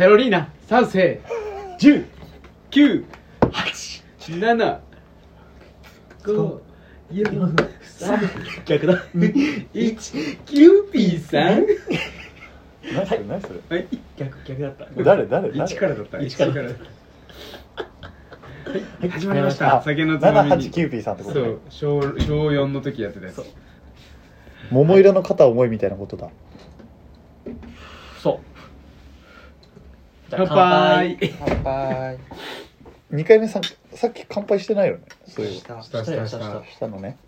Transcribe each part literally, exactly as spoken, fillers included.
ペロリーナ賛成。じゅうきゅうはちななごよんさん逆だいちキューピーさん。 何それ何それ、 はい、 逆逆だった。 誰誰誰いちからだった。 いちからだった。はい、始まりました。酒のつまみに。 ななはちきゅうピーさんってことね。 そう、小小よんの時やってたやつ。 桃色の片思いみたいなことだ。 そう。 乾杯。 乾杯。 にかいめささっき乾杯してないよね。そういうしたしたしたした。 したのね。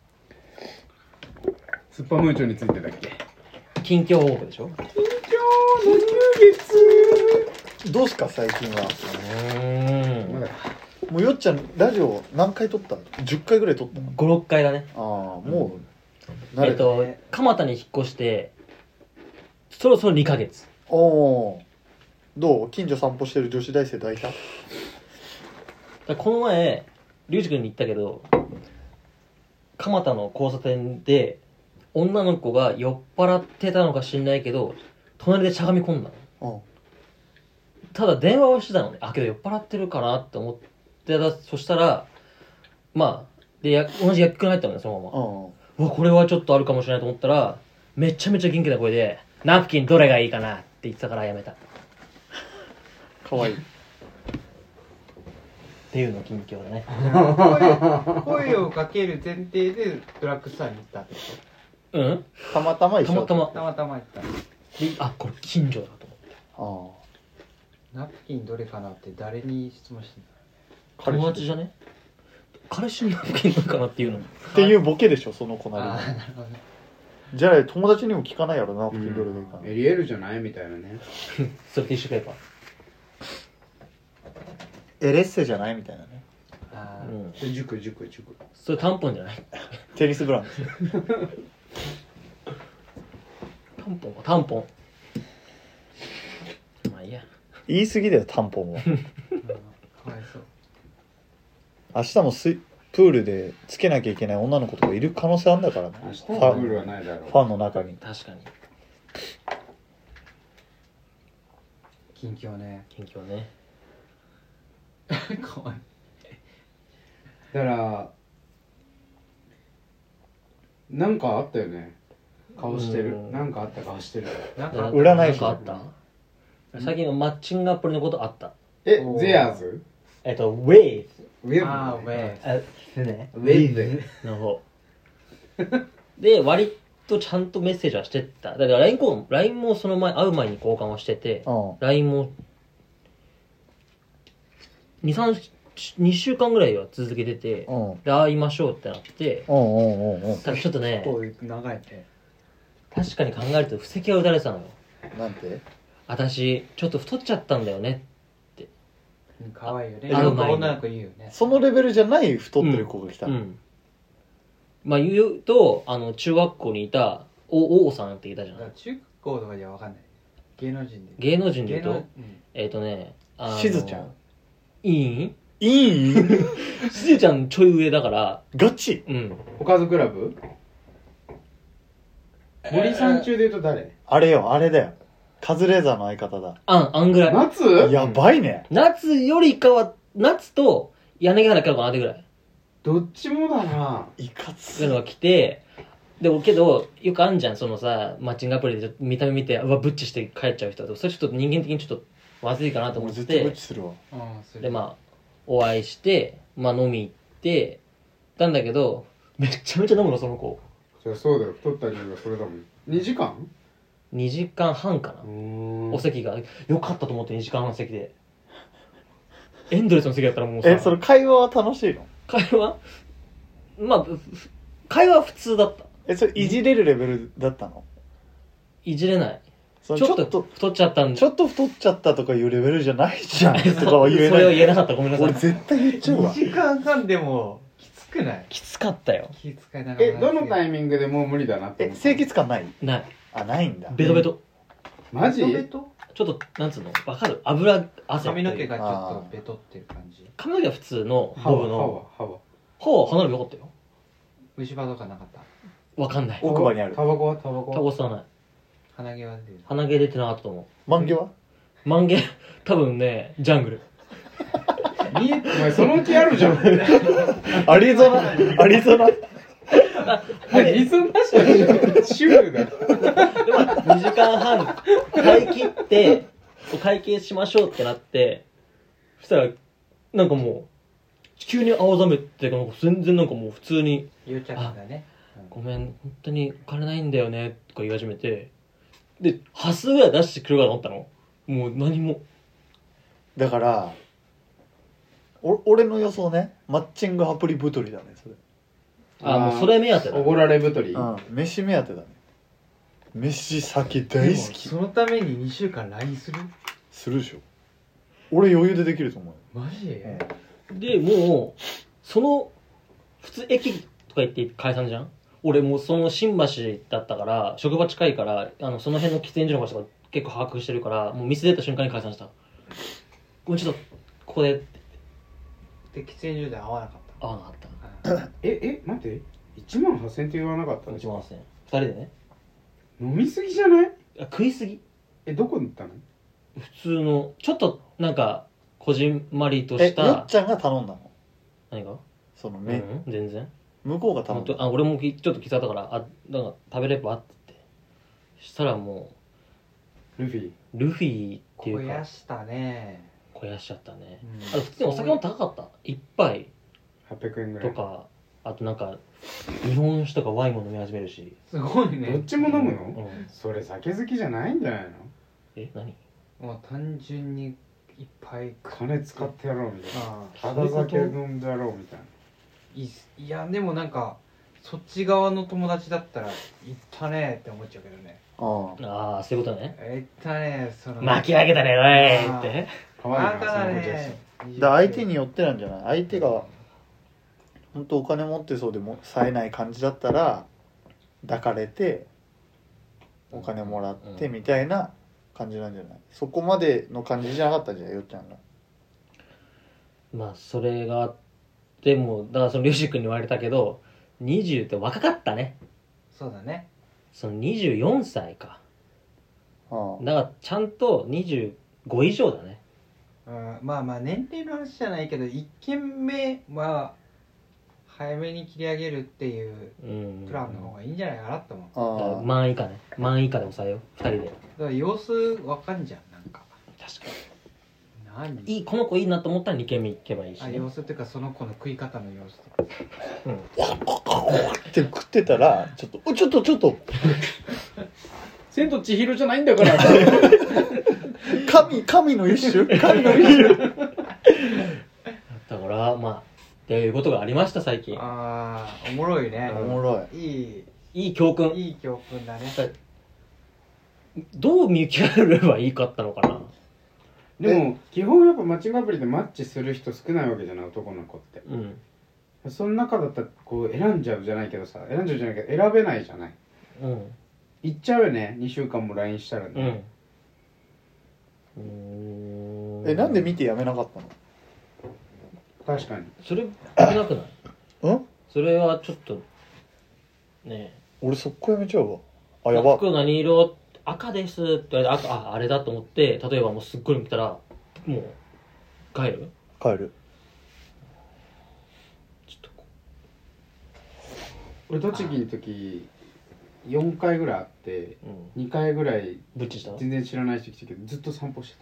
スッパムーチョについてだっけ。 近況報告でしょ。 近況の入月。 どうすか最近は。 うーん。 まだもうよっちゃんラジオ何回撮った？じゅっかいぐらい撮ったの。 ご、ろっかいだね。 ああもう慣れた。 えっと蒲田に引っ越してそろそろにかげつ。 おお。どう？近所散歩してる女子大生抱いた？ だからこの前リュウジ君に言ったけど、蒲田の交差点で女の子が酔っ払ってたのか知んないけど隣でしゃがみ込んだの。 うん。 ただ電話をしてたのね。あけど酔っ払ってるかなって思ってた。そしたらまあでや同じ薬局に入ったのねそのまま。 うん。 うわこれはちょっとあるかもしれないと思ったらめちゃめちゃ元気な声で「ナプキンどれがいいかな」って言ってたからやめたっかわいい。 ていうの近況だね。 声声をかける前提でドラッグストアに行ったってこうんたまたま一緒。 たまたまと？たまたま行った。 であこれ近所だと思って。 あナプキンどれかなって誰に質問してあ。 友達じゃね彼氏にナプキンどれかなっていうのっていうボケでしょその子た？ なりに。 ああ、なるほどね。 じゃあ友達にも聞かないやろな。ナプキンどれがいいかな。 エリエルじゃないみたいなね。 それティッシュペーパー。 エレッセじゃないみたいなね。 あーうんで塾塾塾。 それタンポンじゃないテニスブランタンポンはタンポンまあいいや。 言い過ぎだよタンポンは。 うんかわいそう。 明日もスイプールでつけなきゃいけない女の子とかいる可能性あるんだからね。 明日フはプールァンはないだろう。 ファンの中に。 確かに近況ね。 近況ね。 かわいい。 だからなんかあったよね。顔してる。 うんなんかあった顔してる。 なんか占いなん師かあった最近のマッチングアプリのことあった。 えおーゼアーズ？ えっとウェイウェブ。 あーウェイあすねウェブ。 の方で割とちゃんとメッセージはしてった。だから ライン コー ライン もその前会う前に交換はしてて、 うん。 ライン もに、さん、にしゅうかんぐらいは続けてて、 うん。 で会いましょうってなって、 うんうんうんうん。 ただちょっとねこういう長いね。 確かに考えると布石は打たれてたのよ。 なんて？ 私ちょっと太っちゃったんだよね。 うんかわいいよね。 あよく女の子言うよね。 そのレベルじゃない太ってる子が来た。 うんうんまあ言うとあの中学校にいたお王さんっていたじゃん。 だから中高とかではわかんない。芸能人で。 芸能人で言うと芸能うんえっ、ー、とねあのしずちゃん。 いいいい？ しずちゃんちょい上だからガチ？ うんおかずクラブ？森さん中で言うと誰？ あれよあれだよ。カズレーザーの相方だ。 あんあんぐらい夏？ やばいね。 夏よりかは夏と柳原京子のあてぐらいどっちもだな。 いかつそういうのが来てでもけどよくあんじゃんそのさマッチングアプリでちょっと見た目見てうわブッチして帰っちゃう人とそれちょっと人間的にちょっとまずいかなと思っ俺絶対ブッてチするわ。 うんするでまあお会いしてまあ飲み行ってたんだけどめっちゃめちゃ飲むのその子そりゃそうだよ。太った理由がそれだもん。にじかん？ にじかんはんかなうーんお席がよかったと思ってにじかんはん席でエンドレスの席だったらもうさえそれ会話は楽しいの？ 会話まあふ会話は普通だったえそれいじれるレベルだったの？ いじれないそのちょっとちょっと太っちゃったんでちょっと太っちゃったとかいうレベルじゃないじゃんとかは言えない。 それは言えなかったごめんなさい俺絶対言っちゃうわに。じかんはんでもきつくない？ きつかったよ気遣いながら。 えどのタイイミングでもう無理だなって思った？ え清潔感ない？ ないあないんだ。 ベトベトマジ？ ベトちょっとなんつうのわかる油汗髪の毛ががちょっとベトってる感じ。 髪の毛は普通の歯はボブの歯は歯は離ればよかったよ虫歯とかなかった？ わかんない歯は奥歯にあるタバコはタバコタバコ吸わない鼻毛は出る。 鼻毛出てなかったと思満毛は？ 満月多分ねジャングル見えお前そのうちあるじゃんアリゾナアリゾナリゾナ州シュールだでもにじかんはん買い切って会計しましょうってなってそしたらなんかもう急に青ざめてなんか全然なんかもう普通にゆうちゃんだねごめん本当にお金ないんだよねとか言い始めてで端数ぐらい出してくるかと思ったのもう何もだからお俺の予想ねマッチングアプリ太りだねそれあもうそれ目当てだおごられ太りうん飯目当てだね飯酒大好きそのためににしゅうかん ライン するするでしょ俺余裕でできると思うよマジ、 でもうその普通駅とか行って解散じゃん俺もうその新橋だったから職場近いからあのその辺の喫煙所の場所とか結構把握してるからもう店出た瞬間に解散したごめんちょっとここでで喫煙所で会わなかっ合わなかったええ待っていちまんはっせんって言わなかったんで 1 しょ万はっせんふたりでね飲みすぎじゃないあ食いすぎえどこに行ったの普通のちょっとなんかこじんまりとえよしたっちゃんが頼んだの何がそのめ、 うん全然向こうが頼本んだ当あ俺もきちょっと気づいたからあなんか食べればって言ってしたらもルフィうルフィってたいうか肥やしたね、 肥やしちゃったね、 うんあと普通にお酒も高かった一杯はっぴゃくえんぐらいとかあとなんか日本酒とかワインも飲み始めるし、 すごいねどっちも飲むの、 うん、 それ酒好きじゃないんじゃないのえ何もう単純にいっぱい食金使ってやろうみたいなあただ酒飲んでやろうみたいないいっすいやでもなんかそっち側の友達だったら行ったねって思っちゃうけどねあああそういうことね行ったねその巻き上げたねおいって可愛いなバカだその子ジェスねあだから相手によってなんじゃない相手が本当お金持ってそうでも冴えない感じだったら抱かれてお金もらってみたいな感じなんじゃない、そこまでの感じじゃなかったじゃんよっちゃんがまあそれがあってもだからそのリュウジ君に言われたけどにじゅうって若かったねそうだねそのにじゅうよんさいかああだからちゃんとにじゅうご以上だねうんまあまあ年齢の話じゃないけどいっけんめは早めに切り上げるっていううんプランの方がいいんじゃないかなと思うああだから万以下ね万以下で抑えようふたりでだから様子わかんじゃんなんか確か何にいいこの子いいなと思ったらに軒目行けばいいし、ね、 あ様子っていうかその子の食い方の様子とかうんって食ってたらちょっとおちょっとちょっと千と千尋じゃないんだから神神の一種神の一種だからまあっていうことがありました最近ああおもろいねおもろいいいいい教訓いい教訓だねどう見極めればいいかったのかなでも基本やっぱマッチングアプリでマッチする人少ないわけじゃない男の子ってうんその中だったらこう選んじゃうじゃないけどさ選んじゃうじゃないけど選べないじゃないうん行っちゃうよねにしゅうかんも ライン したらうね、 んうーんえなんで見てやめなかった確かにそれ危なくないのんそれはちょっとね俺速攻やめちゃうわあえやば服何色赤ですって言われてあああれだと思って例えばもうすっごいの来たらもう帰る帰るちょっとこ俺栃木の時よんかいぐらいあってう、うん、 にかいぐらいブッチした全然知らない人来たけどずっと散歩して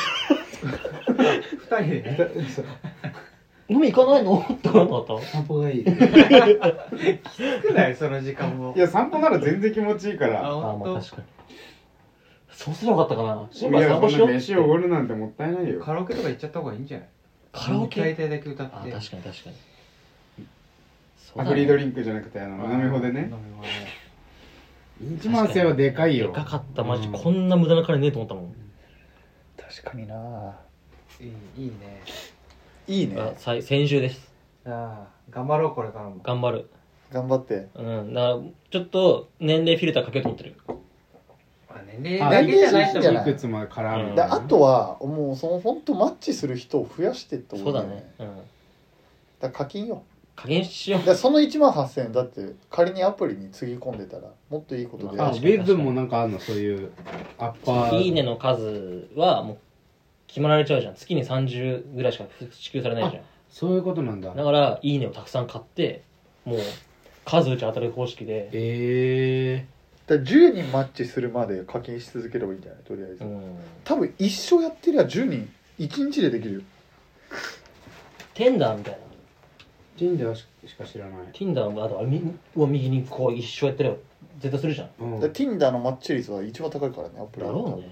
二人でねたそう飲み行かないのってなかった散歩がいいい少ないその時間もや散歩なら全然気持ちいいかあらああ本当まあ確かにそうすればよかったかな新いや橋散歩しようそんな飯おごるなんてもったいないよカラオケとか行っちゃった方がいいんじゃないカラオケ大体だけ歌ってあ確かに確かにそうあだねフリードリンクじゃなくてあの飲み放でね飲み放でいちまんせんはでかいよでかかったマジ、 うんこんな無駄な金ねえと思ったもん、 確かにないいいいねいいねあさい先週ですああ頑張ろうこれからも頑張る頑張ってうんだからちょっと年齢フィルターかけようと思ってるまあ年齢だけじゃない人もあいいんじゃないいくつも絡む、 うんであとはもうその本当マッチする人を増やしてって思そうだねうんだから課金よ加減しようだからそのいちまんはっせんえんだって仮にアプリにつぎ込んでたらもっといいことであウ確かにェブもなんかあんのそういうアッパーいいねの数はもう決まられちゃうじゃん。月にさんじゅうぐらいしか支給されないじゃん。 そういうことなんだ。 だからいいねをたくさん買ってもう数打ち当たる方式で、 えだからじゅうにんマッチするまで課金し続ければいいんじゃないとりあえず、 うん、 多分一生やってりゃじゅうにんいちにちでできるよ。 テンダーみたいな。 ー、ティンダーししか知らない。 ティンダーのあとはみを右にこう一生やってれば絶対するじゃん。 うんだから Tinder のマッチ率は一番高いからね、アップルはだろうね。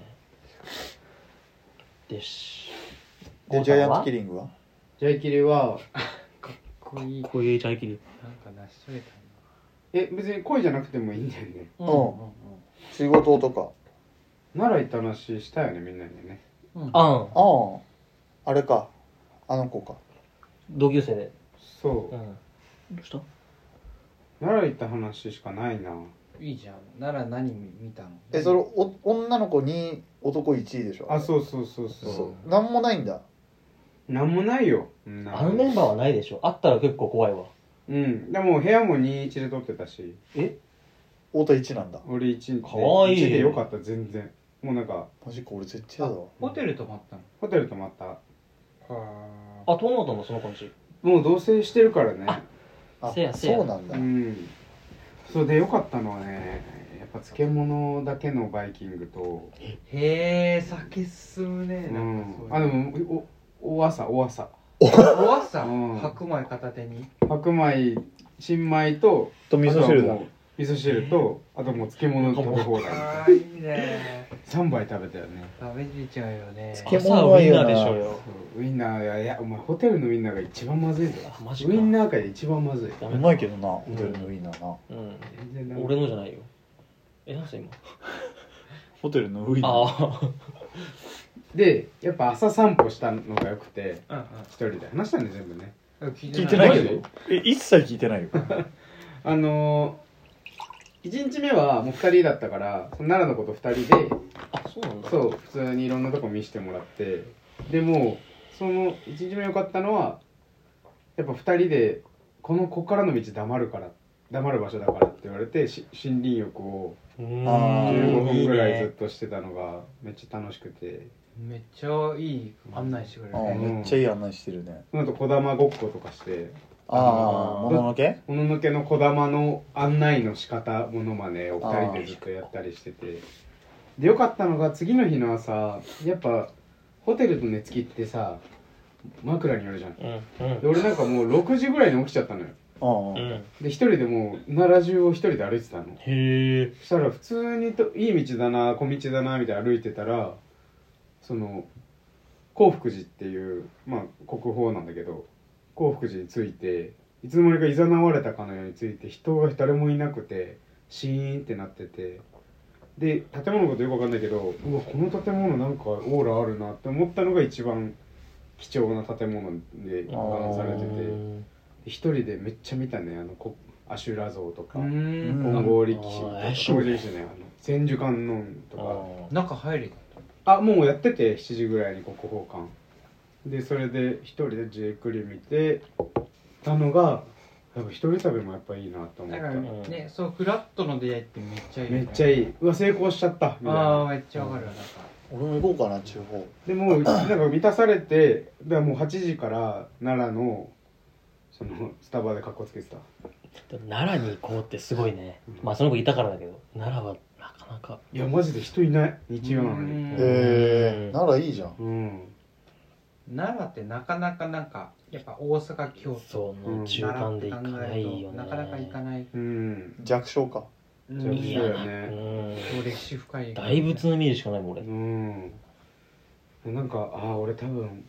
でし。 でジャイアントキリングはジャイキリはこういうこういうジャイキリ。 なんか成し遂げたえ別に恋じゃなくてもいいんだよね。 なうん仕事とか。 奈良行った話したよねみんなにね。 うんうんあんあああれか、あの子か。 同級生で。 そうう、 ん。どうした？ 奈良行った話しかないな。 いいじゃん。なら何見たの？ えそれお女の子に男いちいでしょ。 あそうそうそうそうそうなんもないんだ。 なんもないよ。ああのメンバーはないでしょ。あったら結構怖いわ。 うんでも部屋もにいちで撮ってたしえ？ 太田いちなんだ。 俺いちでかわいいいちでよかった全然。もうなんかマジか俺絶対やだわ。 ホテル泊まったの？ ホテル泊まった。 はあ、トーナトもその子んち。 もう同棲してるからね。 あせやせやそうなんだ。 うんそれでよかったのはねやっぱ漬物だけのバイキングと、 へえ酒進むね。 うなんかそういうん、あでもおお朝お朝お朝うん白米片手に白米新米とと味噌汁だあとはもう味噌汁とあともう漬物食べ放題あーいいね。 さんばい食べたよね。 食べれちゃうよね。 漬朝はウインナーでしょうそうよ。 ウインナーいやいやお前ホテルのウインナーが一番まずいぞ。 あ、マジか。 ウインナー界で一番まずい。 ダメかうまいけどなホテルのウインナーな。 うん。 全然ダメ俺のじゃないよ。え、なんす今。 ホテルのウインナー。 ああ。 でやっぱ朝散歩したのがよくてうん一人で話したんで全部ね。 うん。聞聞いてないけマジど。え一切聞いてないよ。 あのー、いちにちめはもうふたりだったからその奈良の子とふたりであ、そうなんだ。 そう普通にいろんなとこ見せてもらってでもそのいちにちめ良かったのはやっぱふたりでこのここからの道黙るから黙る場所だからって言われてし森林浴をうーん。 あーじゅうごふんぐらいずっいいねとしてたのがめっちゃ楽しくてめっちゃいい案内してくれるあね。 めっちゃいい案内してるね。 その後こだまごっことかしてああもののけ。 もののけのこだまの案内の仕方ものまねをふたりでずっとやったりしててでよかったのが次の日の朝やっぱホテルの寝つきってさ枕によるじゃんうんで俺なんかもうろくじぐらいに起きちゃったのよあうん。うあん。 で一人でもう奈良中を一人で歩いてたのへえ。 そしたら普通にといい道だな小道だなみたいな歩いてたらその興福寺っていうまあ国宝なんだけど興福寺に着いていつの間にかいざなわれたかのように着いて人が誰もいなくてシーンってなっててで建物のことよくわかんないけどうわこの建物なんかオーラあるなって思ったのが一番貴重な建物で保管されてて一人でめっちゃ見たねあのこアシュラ像とかうーん。 うん金剛力士あー金剛力士ねあの千手観音とかあ中入れ。 あもうやっててしちじぐらいに国宝館でそれで一人でじっくり見てたのがやっぱ一人旅もやっぱいいなと思っただからね、そうフラットの出会いってめっちゃいい。 めっちゃいい。うわ成功しちゃったみたいなああめっちゃわかるなんか。 俺も行こうかな地方。 でもうなんか満たされてでもうはちじから奈良のそのスタバでカッコつけてたでも奈良に行こうってすごいね。まあその子いたからだけど、奈良はなかなか。 いやマジで人いない日曜なのにうんへえならいいじゃん。 うん奈良ってなかなかなんかやっぱ大阪京都そうの中間で行かないよね。 なかなか行かない。 うん弱小か。 じゃあいやな。 そうだよねうん。 歴史深い。 大仏の見るしかないもん俺。 うんなんかああ俺多分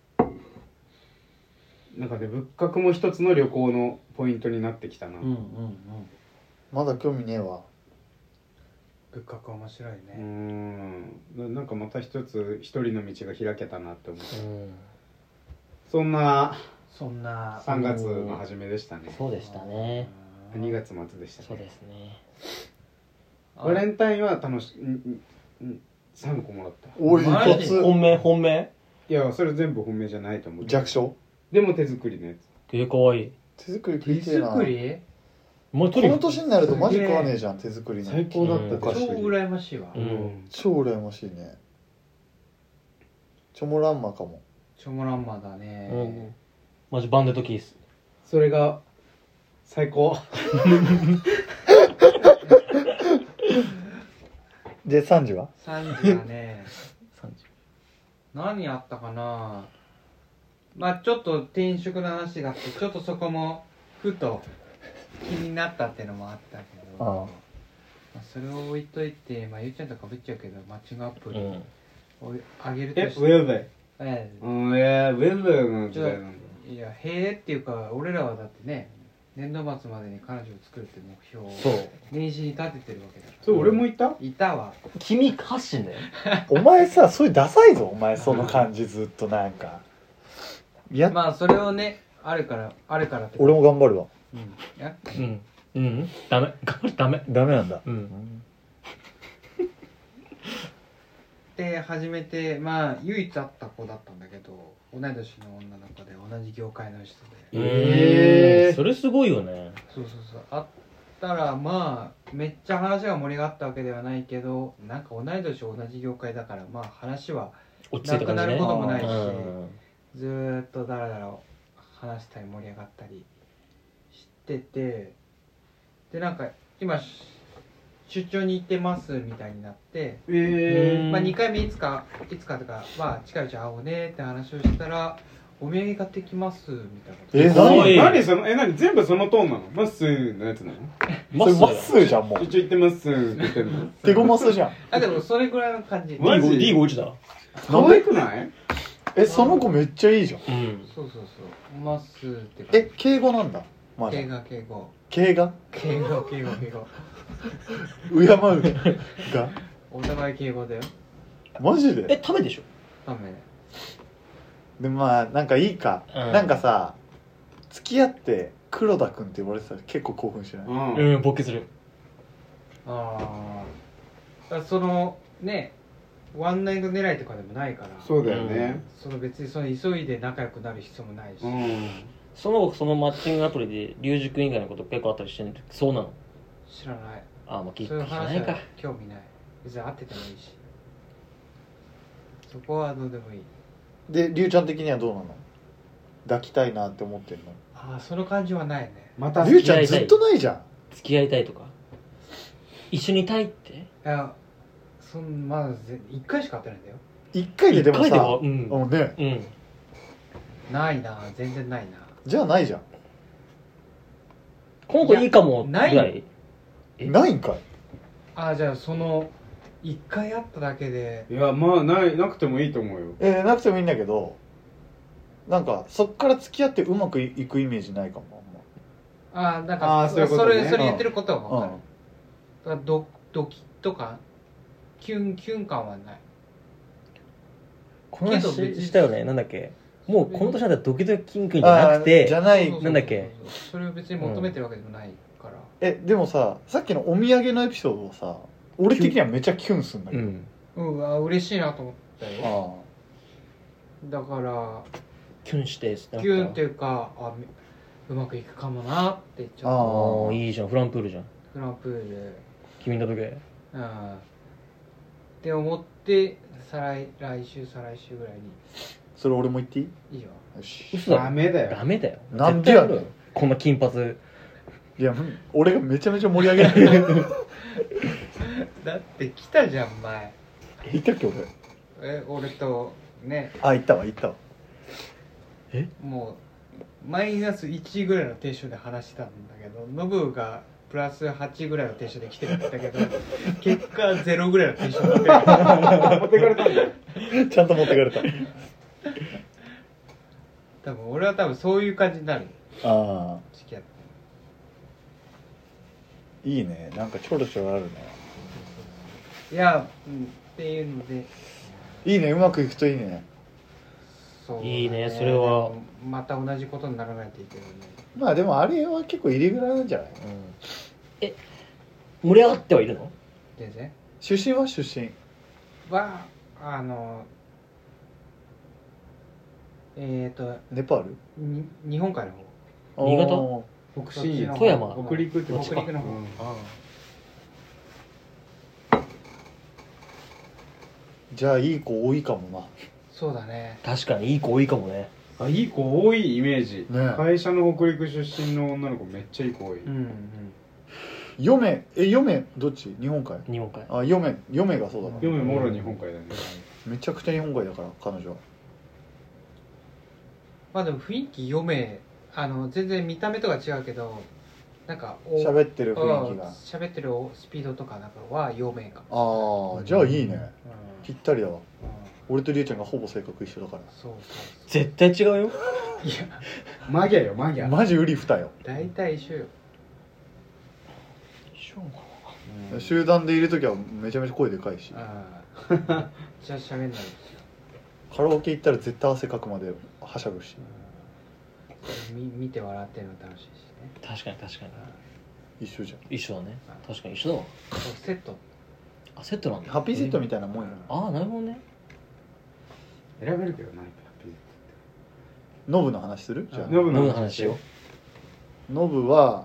なんかね仏閣も一つの旅行のポイントになってきたな、 うんうんうん。 まだ興味ねえわ。 仏閣面白いうね。 んななんかまた一つ一人の道が開けたなって思ってうん。 そんなそんな。 さんがつの初めでしたねそうでしたね。 にがつ末でしたそうねですね。 バレンタインは楽しんんんさんこもらったおいマジ一つ本命本命いやそれ全部本命じゃないと思う弱小。 でも手作りのやつえかわいい。 手作り食手いてえな。 作り？ このもうとにかく年になるとマジ食わねえじゃん手作りの。 最高だったうん手作り超羨ましいわ。 うん超羨ましいね。 チョモランマかも。 チョモランマだね、 うんマジバンデットキースそれが最高。 でさんじはさんじはねさんじ何あったかな。まあちょっと転職の話があってちょっとそこもふと気になったっていうのもあったけど、 ああまあ、それを置いといて、まあ、ゆうちゃんとかぶっちゃうけどマッチングアプリうんをあげるえ、 としてウェブで。 えうん、いや、ウェブの時代なんだ。 いや、へえっていうか俺らはだってね年度末までに彼女を作るって目標をそう年始に立ててるわけだからそれ俺もいたいたわ。 君発信だよお前さそういうダサいぞお前その感じずっとなんかいや、 まあそれをねあるからあるからって俺も頑張るわ。 うんいやうんうんダメ頑張るダメダメなんだ。 うんで始めてまあ唯一会った子だったんだけど同い年の女の子で同じ業界の人でえーそれすごいよねそうそうそう会ったらまあめっちゃ話が盛り上がったわけではないけどなんか同い年同じ業界だからまあ話は落ち着いた感じねなくなることもないしうんずーっとダラダラ話したり盛り上がったりしててでなんか今出張に行ってますみたいになって、 えうんまあ、にかいめいつかいつかとかまあ近いうち会おうねって話をしたらお土産買ってきますみたいなことえー、 何何何その、え、何全部そのトーンなのマッスーのやつなのそれまっすーじゃんもう一応言ってますって言ってんの手ごますじゃん。 あでもそれぐらいの感じマジディーごじゅう だ可愛くないえその子めっちゃいいじゃん。 うんそうそうそうまっすーってかえ敬語なんだまだ敬語敬語敬が敬語敬語敬語敬うがお互い敬語だよマジでえ食べでしょダメでまあなんかいいか、 うんなんかさ付き合って黒田くんって言われてたら結構興奮しない、 うんうん勃起するああだからそのねワンナイト狙いとかでもないからそうだよねその別にその急いで仲良くなる必要もないし、 うんそのそのマッチングアプリで龍二君以外のこと結構あったりしてんのそうなの知らないあまあ聞そういうかないか話は興味ない別に会っててもいいしそこはどうでもいいでりゅうちゃん的にはどうなの抱きたいなって思ってんのああその感じはないねまたりゅうちゃんずっとないじゃん付き合いたいとか一緒にいたいっていやそんまだぜいっかいしか会ってないんだよ一回ででも一回でさはうんうんねうんないな全然ないなじゃあないじゃんこの子いいかもぐないらいえないんかいああじゃあそのいっかい会っただけでいやまあないなくてもいいと思うよえー、なくてもいいんだけどなんかそっから付き合ってうまくいくイメージないかもああなんかあーそういうことねれそれ言ってることはあんま分かる、だからドドキッとかキュンキュン感はないこの話けど別にしたよねなんだっけもうこの年なんだドキドキキンクンうんじゃなくあーじゃてないそうそうそうなんだっけそれを別に求めてるわけでもないから、 えでもささっきのお土産のエピソードはさ俺的にはめっちゃキュンすんだけど、 うんうん、あ嬉しいなと思ったよあだからキュンしてキュンっていうかあめうまくいくかもなってちょっあとああいいじゃんフランプールじゃんフランプール君の時計うんって思って再来来週再来週ぐらいにそれ俺も言っていいいいよよし嘘だろダメだよダメだよなんでやねん絶対あるよこんな金髪いや俺がめちゃめちゃ盛り上げられるだって来たじゃん前言ったっけ俺え俺とねあ言ったわ言ったわもうマイナスいちぐらいのテンションで話してたんだけどノブがプラスはちぐらいのテンションで来てるんだけど結果ゼロぐらいのテンションになってる持ってかれたんだよちゃんと持ってかれた多分俺は多分そういう感じになるああ付き合っていいねなんかちょろちょろあるねいや、うん、っていうのでいいねうまくいくといいねそうだいいねそれはでもまた同じことにならないといいけどねまあでもあれは結構イレギュラーなんじゃないえ盛り上がってはいるの全然出身は出身はあのえっ、ー、とネパールに日本海の方新潟お北信越富山北陸って北陸の方、 うんあーじゃあいい子多いかもなそうだね。 確かにいい子多いかもね。 あ、いい子多いイメージ、 ね会社の北陸出身の女の子めっちゃいい子多い、 うんうん。 嫁え嫁どっち日本海日本海。 あ嫁嫁がそうだな嫁もろ日本海だね、 めちゃくちゃ日本海だから彼女はまあでも雰囲気読め、あの全然見た目とか違うけど、なんかお喋ってる雰囲気がうん喋ってるスピードとかなんかは読めかも。 ああじゃあいいねうんぴったりだわうん俺とりえちゃんがほぼ性格一緒だからそう絶対違うよ。 そう。いや、 マギャよマギャ、 マジウリ二よ大体一緒よ。 一緒かうん集団でいる時はめちゃめちゃ声でかいしああ。めっちゃ喋んないですよ。 カラオケ行ったら絶対汗かくまではしゃぐしみ見て笑ってるの楽しいしね。 な。確かに確かに。 一緒じゃ一緒だね。確かに一緒だわ。 そうセット。 あ、セットなんだ。 んハッピーセットみたいなもんやああ、なるほどね。 選べるけどないかノブの話するじゃあノブ飲む話しよノブは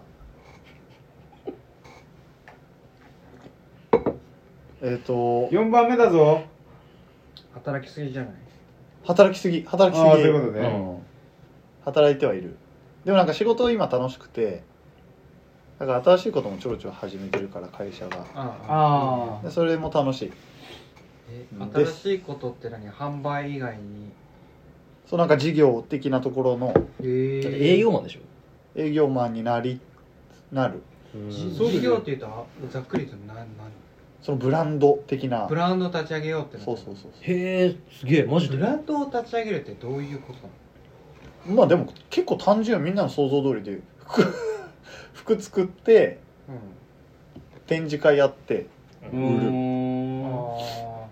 えっ、とよんばんめだぞ。 働きすぎじゃない？ 働きすぎ働きすぎああそういうことね、 うん働いてはいるでもなんか仕事今楽しくてだから新しいこともちょろちょろ始めてるから会社があああでそれも楽しいえで新しいことって何？販売以外に。 そうなんか事業的なところのえだって営業マンでしょ。 営業マンになりなるじそうだね事業っていうとあざっくりと何何そのブランド的なブランド立ち上げようってなそうそうそうそへえ、すげえ、マジで。 ブランドを立ち上げるってどういうことなの？ うまあでも結構単純みんなの想像通りで服服作って展示会やってう売るんあ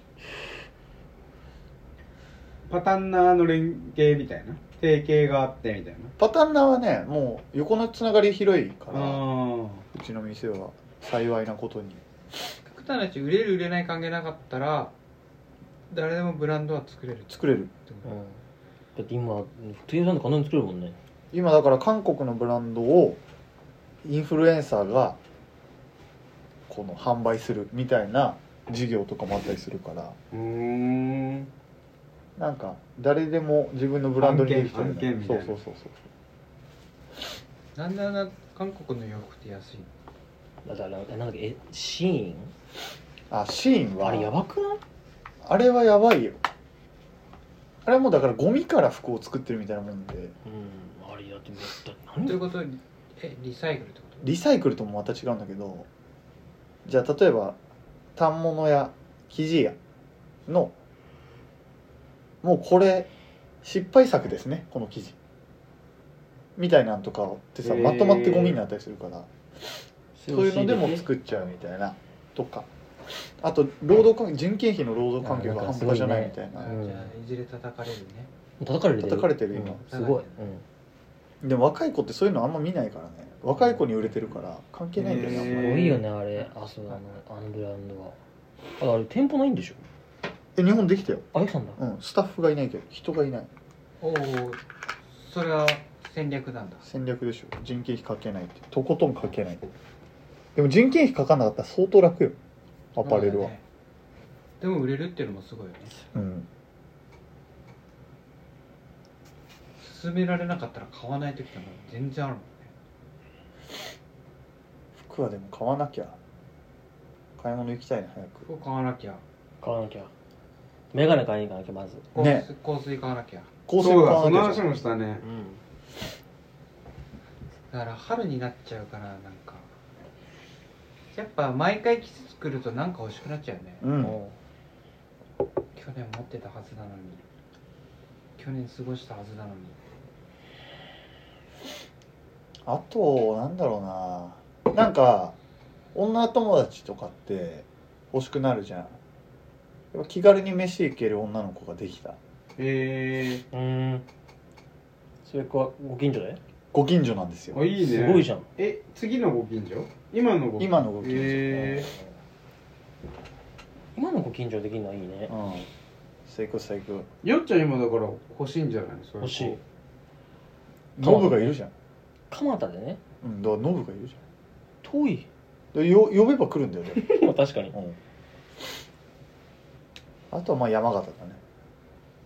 パタンナーの連携みたいな提携があってみたいなパタンナーはねもう横のつながり広いからあうちの店は幸いなことにあ極端な話売れる売れない関係なかったら誰でもブランドは作れるって作れるこうん。だって今、店員さんで簡単に作れるもんね。 今だから韓国のブランドをインフルエンサーがこの販売するみたいな事業とかもあったりするからうーんなんか誰でも自分のブランドにできてる、 案件案件みたいなそうそうそうそうとなんであんな韓国の洋服って安いの？ だから、なんだっけ、え、シーンあシーンはあれやばくない？ あれはやばいよあれはもうだからゴミから服を作ってるみたいなもんでうん、あれだってめったという何ことえリサイクルってこと？ リサイクルともまた違うんだけどじゃあ例えば反物や生地屋のもうこれ失敗作ですねこの生地みたいなんとかってさへーまとまってゴミになったりするからそういうのでもっ作っちゃうみたいなとかあと労働環境人件費の労働環境が半端じゃないみたいなあうんじゃあいずれ叩かれるね。 叩かれる叩かれてる今うんすごい、 でも若い子ってそういうのあんま見ないからね若い子に売れてるから関係ないんだよねあんまりうん、すごいよねあれあそうあのあのブランドはああれ店舗ないんでしょ？ え日本できたよあ、できたんだ。 うんスタッフがいないけど人がいないおおそれは戦略なんだ。 戦略でしょ人件費かけないってとことんかけないでも人件費かかんなかったら相当楽よアパレルは、 そうだねでも売れるっていうのもすごいよね。 うん勧められなかったら買わない時とか全然あるもんね。 服はでも買わなきゃ買い物行きたいね早くここ買わなきゃ買わなきゃ。メガネ買いに行かなきゃ、まず。 香ね水香水買わなきゃ。 香水そうだその話買わなきゃじゃんもしたねうん。 だから春になっちゃうからなんかやっぱ毎回季節来るとなんか欲しくなっちゃうよね。 うんも去年持ってたはずなのに去年過ごしたはずなのに。 あとなんだろうななんか女友達とかって欲しくなるじゃんやっぱ気軽に飯行ける女の子ができたへう。うーん。それか、ご近所でご近所なんですよえあいいねすごいじゃん。 え次のご近所今のご近所今のご近所へ今のご近所できるのはいいね。 うん最高最高えよっちゃん今だから欲しいんじゃないのそれ欲しい。 ノブがいるじゃん蒲田でね。 うんだからノブがいるじ遠い。 ゃんでよ呼べば来るんだよね、 まあ確かに。 うん、あとはまあ山形だね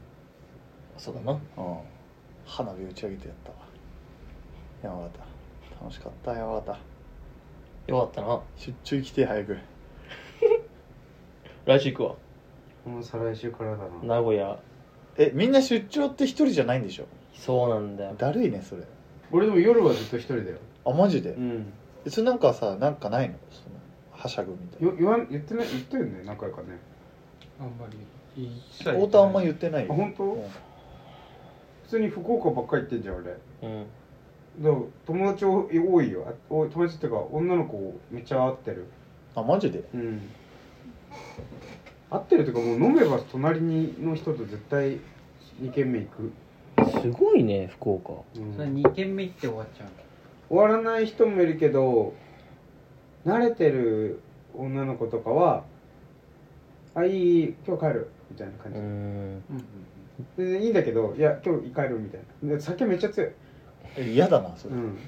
そうだな。 うん花火打ち上げてやったわ山形楽しかった山形よかったな。 出張行きて早く来週行くわ。 もう再来週からだな。 名古屋。 えみんな出張って一人じゃないんでしょそうなんだよ。 だるいねそれ俺でも夜はずっと一人だよ。 あマジで、 うん。 えそれなんかさなんかないのそのはしゃぐみたいよ言わん言ってない言ったよね何回かね。 あんまり一切な太田あんま言ってないよあ本当うん普通に福岡ばっかり行ってんじゃん俺。 うん。 だから友達多いよ。あお友達っていうか女の子めっちゃ会ってる。 あマジでうん。会ってるっていうかもう飲めば隣にの人と絶対に軒目行く。 すごいね、福岡。 うんそれに軒目行って終わっちゃう終わらない人もいるけど慣れてる女の子とかは「あいい今日帰る」みたいな感じ、 うーん。 うん全然いいんだけど「いや今日帰る」みたいなで酒めっちゃ強い、 え嫌だなそれ、 うん、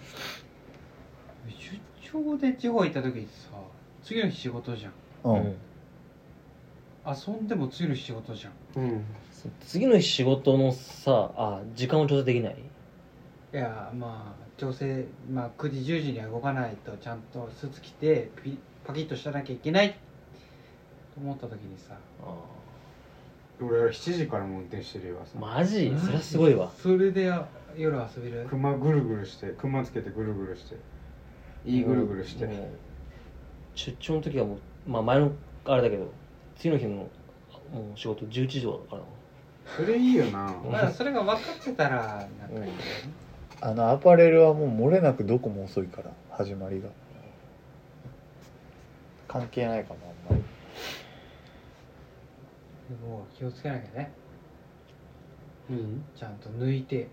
出張で地方行った時にさ次の日仕事じゃんうんうん遊んでも次の日仕事じゃんうん、 次の日仕事のさあ時間を調整できない。 いやまあ調整、まあ、くじじゅうじには動かないとちゃんとスーツ着てピパキッとしなきゃいけないと思った時にさあ俺はしちじからも運転してるよ朝マジそれはすごいわ。 それで夜遊べる熊ぐるぐるして熊つけてぐるぐるしていいぐるぐるして、 もう出張の時はもうまあ前のあれだけど次の日のもう仕事じゅういちじとかだからな。 それいいよな、 まあそれが分かってたらなんかいいんだよねあのアパレルはもう漏れなくどこも遅いから始まりが関係ないかもあんまりでも気をつけなきゃねうん、 ちゃんと抜いて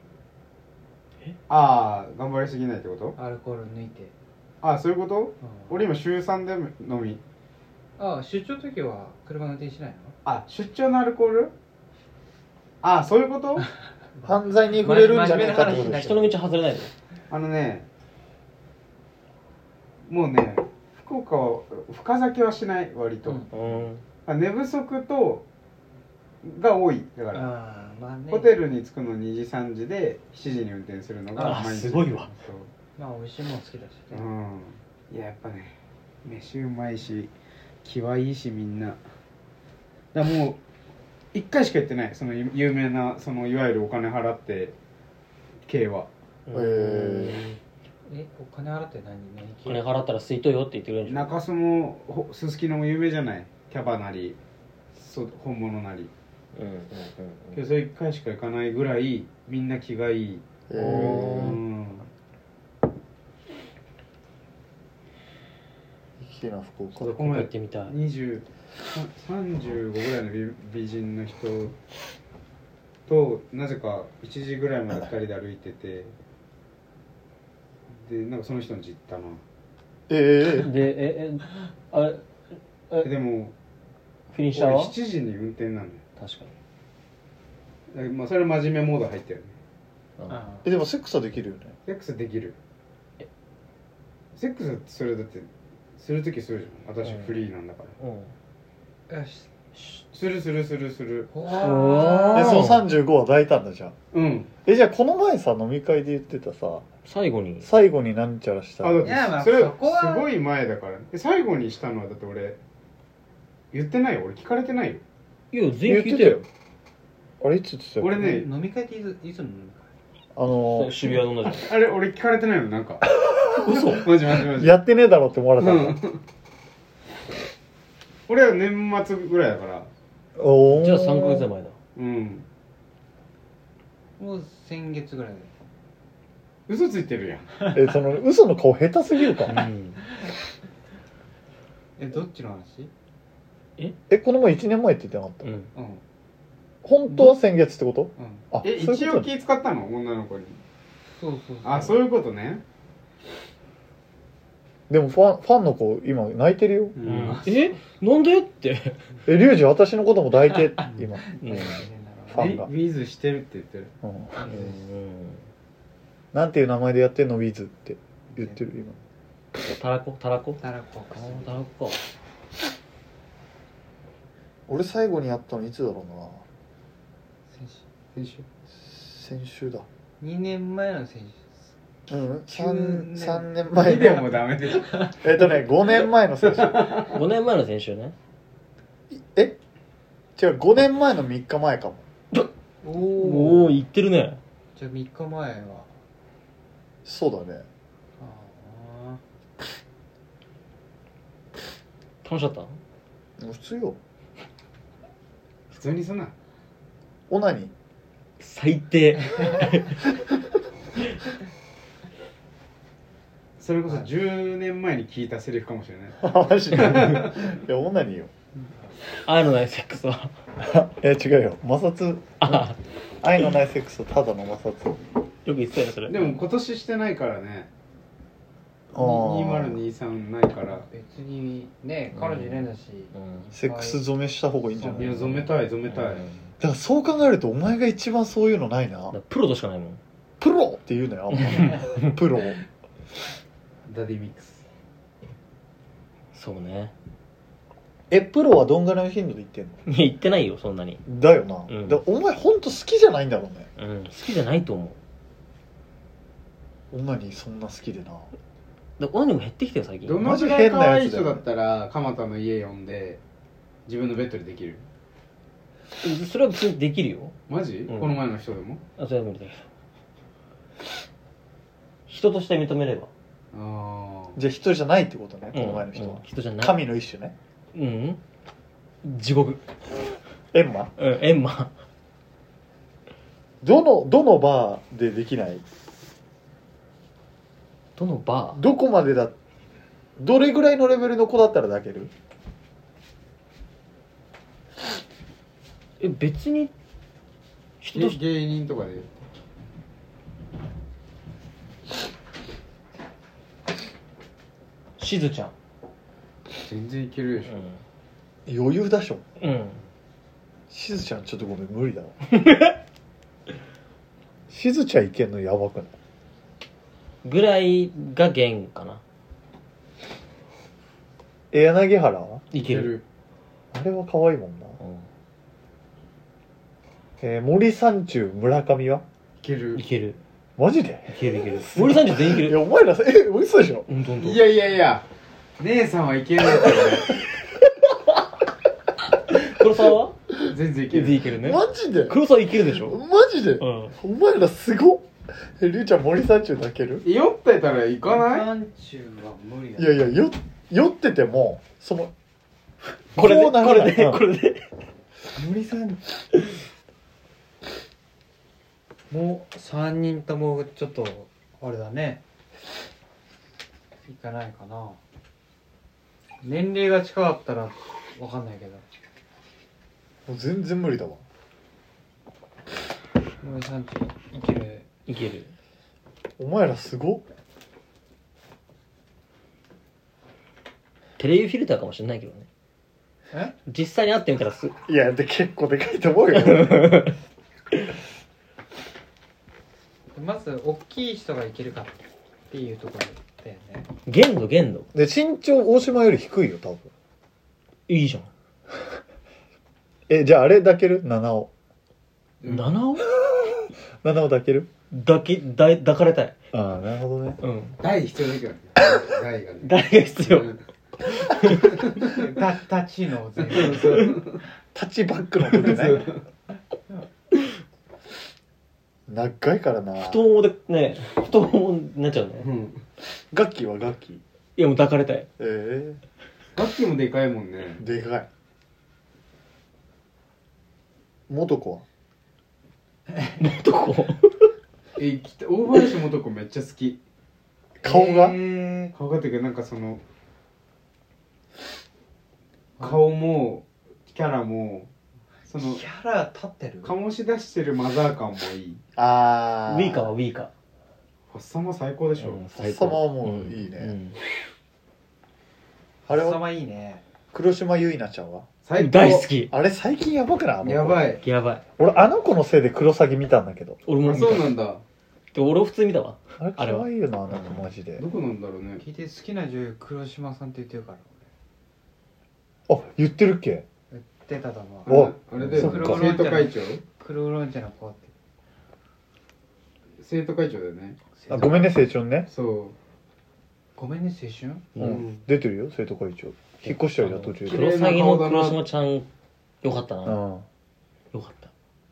ああ頑張りすぎないってこと？ アルコール抜いて、 ああそういうこと？ うん俺今週さんで飲みああ出張の時は車の運転しないのあ出張のアルコール？ああそういうこと犯罪に触れるんじゃないかってことでしょ人の道外れないの。 あのねもうね福岡は深酒はしない割と、 うんうん。 あ寝不足とが多いだから、 ああまあねホテルに着くのにじさんじでしちじに運転するのがあ毎日すごいわそうまあ美味しいもの好きだしねうんいややっぱね飯うまいし気はいいしみんなだからもういっかいしか行ってないその有名なそのいわゆるお金払って系はへえお金払って何何お金払ったら吸いとよって言ってくれるんでしょ。 中洲もほすすきのも有名じゃないキャバなりそ本物なりうんうんうんけどそれいっかいしか行かないぐらいみんな気がいい、 へうーん、 行きてえな福岡うん。ここ行ってみたい。 にじゅうさんじゅうごぐらいの美美人の人となぜかいちじぐらいまでふたりで歩いててでなんかその人の家行ったなええでええあれえでもフィニッシャーは俺しちじに運転なんだよ確かだからまあそれは真面目モード入ってるねに。 あえでもセックスはできるよねセックスできるセックスってそれだってするときするじゃん私うんフリーなんだから、 うん。 あよしするするするするううわわえそのさんじゅうごは抱いたんだじゃんうんえじゃあこの前さ飲み会で言ってたさ最後に最後になんちゃらしたあだっていやまあそれそこはすごい前だからで最後にしたのはだって俺言ってないよ俺聞かれてないよいや全言ってたよ員聞いたよ。 あれいつ言ってたっけ俺ね飲み会っていついつの飲みあの渋谷の同じ。 あれ俺聞かれてないのなんか嘘。 マジマジマジやってねえだろって思われたの、 うん俺は年末ぐらいだからおおじゃあさんかげつ前だ。 うん会もう先月ぐらいで嘘ついてるやんえその嘘の顔下手すぎるかうん。 えどっちの話えこの前いちねんまえって言ってなかった、 うん。 うん本当は先月ってことうんあえそういうこと一応気使ったの女の子にそうそうあそういうことねでもファンファンの子今泣いてるよううんん、えなんでって。 えリュウジ私のことも抱いて今、 うん。 ファンがウィズしてるって言ってるうん、 うんなんていう名前でやってんのウィズって言ってる今たらこたらこたらこあーたらこか。 俺最後にやったのいつだろうな先週先週先週だ。 にねんまえの選手うんきゅうねんさんねんまえにでものダメでしょえっとねごねんまえの先週ごねんまえの先週ね。 え違うごねんまえのみっかまえかも。 おおおお言ってるね。 じゃあみっかまえはそうだね。 あ楽しかった？ 普通よ。 普通にすなオナニー最低。 それこそじゅうねんまえに聞いたセリフかもしれないマジでいやオナニーよ。 愛のないセックスは。 え違うよ摩擦。 あ愛のないセックスただの摩擦。 よく言ってたよそれ。 でも今年してないからねあーにせんにじゅうさんないから別にね彼女いないんだし、 うんセックス染めした方がいいんじゃない？ いや染めたい染めたい、 だからそう考えるとお前が一番そういうのないな。 だからプロとしかないもん。 プロって言うのよあんまプロ。 ダディミックスそうね。 えプロはどんぐらいの頻度で言ってんの？ いや言ってないよそんなに。 だよな、 うんだからお前ほんと好きじゃないんだろうね。 うん好きじゃないと思う。 オナニーそんな好きでな。 だからオナニーも減ってきてよ最近。 どのぐらい可愛い人だったら蒲田の家呼んで自分のベッドでできるそれは別にできるよ。 マジ、 うんこの前の人でもあそれは無理だけど。人として認めれば。 あじゃあ人じゃないってことね、この前の人は、 うんうん人じゃない。 神の一種ね。 うん地獄。 エンマうんエンマ。 どのどのバーでできない？ どのバー？ どこまでだ、どれぐらいのレベルの子だったら抱ける？ え別に人とあし芸人とかでしずちゃん。 全然いけるでしょ、 余裕だしょ。 うんうんしずちゃんちょっとごめん無理だわ。しずちゃんいけんのやばくない？ ぐらいが限かな。 え柳原はいける。 あれは可愛いもんな。 うんえー森三中村上はいけるいけるマジで？ いけるいける。森三中全員いけいやる。 お前らえ嘘でしょ？ ほんとほんと。 いやいやいや姉さんはいけないけどね黒沢は全然いける全然いけるね。 マジで？ 黒沢いけるでしょ。 マジで？ うんお前らすごっ。えりゅうちゃん森三中抱ける？ 酔ってたら行かない三中は無理だいやいやよ酔っててもそのこれでこうなこれでらないうんこれで森さんもうさんにんともちょっとあれだねいかないかな。年齢が近かったらわかんないけどもう全然無理だわ。 森さんちいける。 いける。 お前らすごっ。 テレビフィルターかもしれないけどね。 え実際に会ってみたらすいやで結構でかいと思うよ。 まず大きい人がいけるかっていうところだよね。 限度限度。 で身長大島より低いよ多分。 いいじゃん。 えじゃああれ抱ける？七尾七尾七尾抱ける？ だけだ抱かれたい。 ああなるほどね。 うん。 台必要だけどね台がね誰が必要？ だ立ちの全そうそうタッチバックの時ね。長いからな。 太ももでね太ももになっちゃうね。 うん楽器は楽器。 いやもう抱かれたい。 え楽器もでかいもんねえでかい。元子は？ 男。 えきた大林素子めっちゃ好き顔が？ え顔がっていうかなんかその顔もキャラもそのー、キャラ立ってる。 醸し出してるマザー感もいいああ。 ウィーカーはウィーカー。 ファッサマ最高でしょ、 うん最高はもういいねうんあれは様いいね。 黒島結菜ちゃんは？ 最高大好き。 あれ最近やばくない？あの子やばいやばい。 俺あの子のせいでクロサギ見たんだけど。 あ俺も見た。 そうなんだで俺普通に見たわ。 あれ可あれは愛いよなあの子マジで。 どこなんだろうね聞いて好きな女優黒島さんって言ってるからあ言ってるっけ？ 俺言ってたと思う。 おあれでそっか生徒会長黒ウロン茶の子って生徒会長だよね。 あごめんね青春ね、 そごめんね青春。 うんうん出てるよ生徒会長。引っ越したよな途中で。 クロサギの黒島ちゃんよかったな、 うんよかった。 う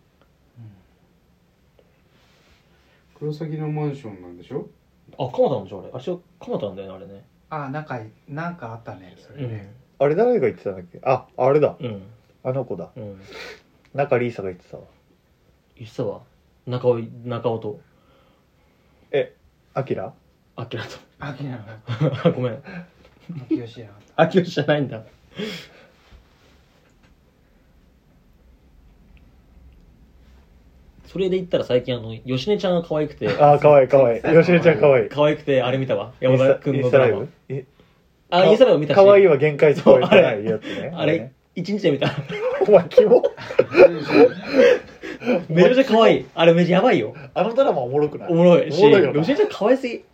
黒崎のマンションなんでしょ。 あ、蒲田なんでしょあれ。あれ違う、蒲田なんだよねあれね。 あなんかなんかあったねそれね。 あれ誰が言ってたんだっけ。ああれだうんうんあの子だうん中リーサが言ってたわ。 言ってたわ。中尾中尾とえアキラアキラとあきなのごめん、 秋吉やアキラじゃないんだ。それで言ったら最近あの吉根ちゃんが可愛くて、 あーかわいいかわいい吉根ちゃんかわいい。 可愛くてあれ見たわ。山田君インのドラマスタライブ。えあ、インスタライブ見たし。 かわいいは限界超えてないやつね。 あれ一日で見た。 お前キモ。 めちゃめちゃ可愛い。あれめちゃやばいよ。 あのドラマおもろくない。 おもろいし、 おもろいよな吉根ちゃん可愛すぎ。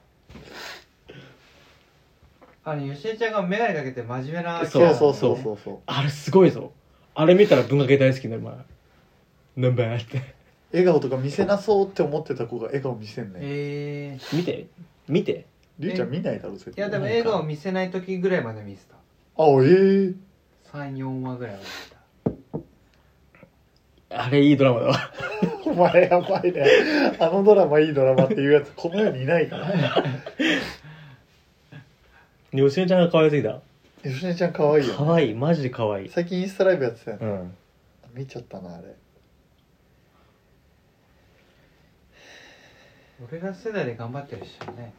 あの吉江ちゃんが眼鏡かけて真面目なそうそうそうそうそう。 あれすごいぞ。あれ見たら文化系大好きになる前。なんばーって。 笑顔とか見せなそうって思ってた子が笑顔見せんね。 えー、 見て見て。 りゅうちゃん見ないだろ絶対。 いやでも笑顔見せない時ぐらいまで見せた。 あええー。 さん、よんわぐらいは見た。 あれいいドラマだわ。 お前やばいね。あのドラマいいドラマっていうやつこの世にいないから。 吉根ちゃんが可愛すぎた。 吉根ちゃん可愛いよ、ね。 可愛い、マジで可愛い。 最近インスタライブやってたよね。 うん。 見ちゃったなあれ。 俺ら世代で頑張ってる人ね。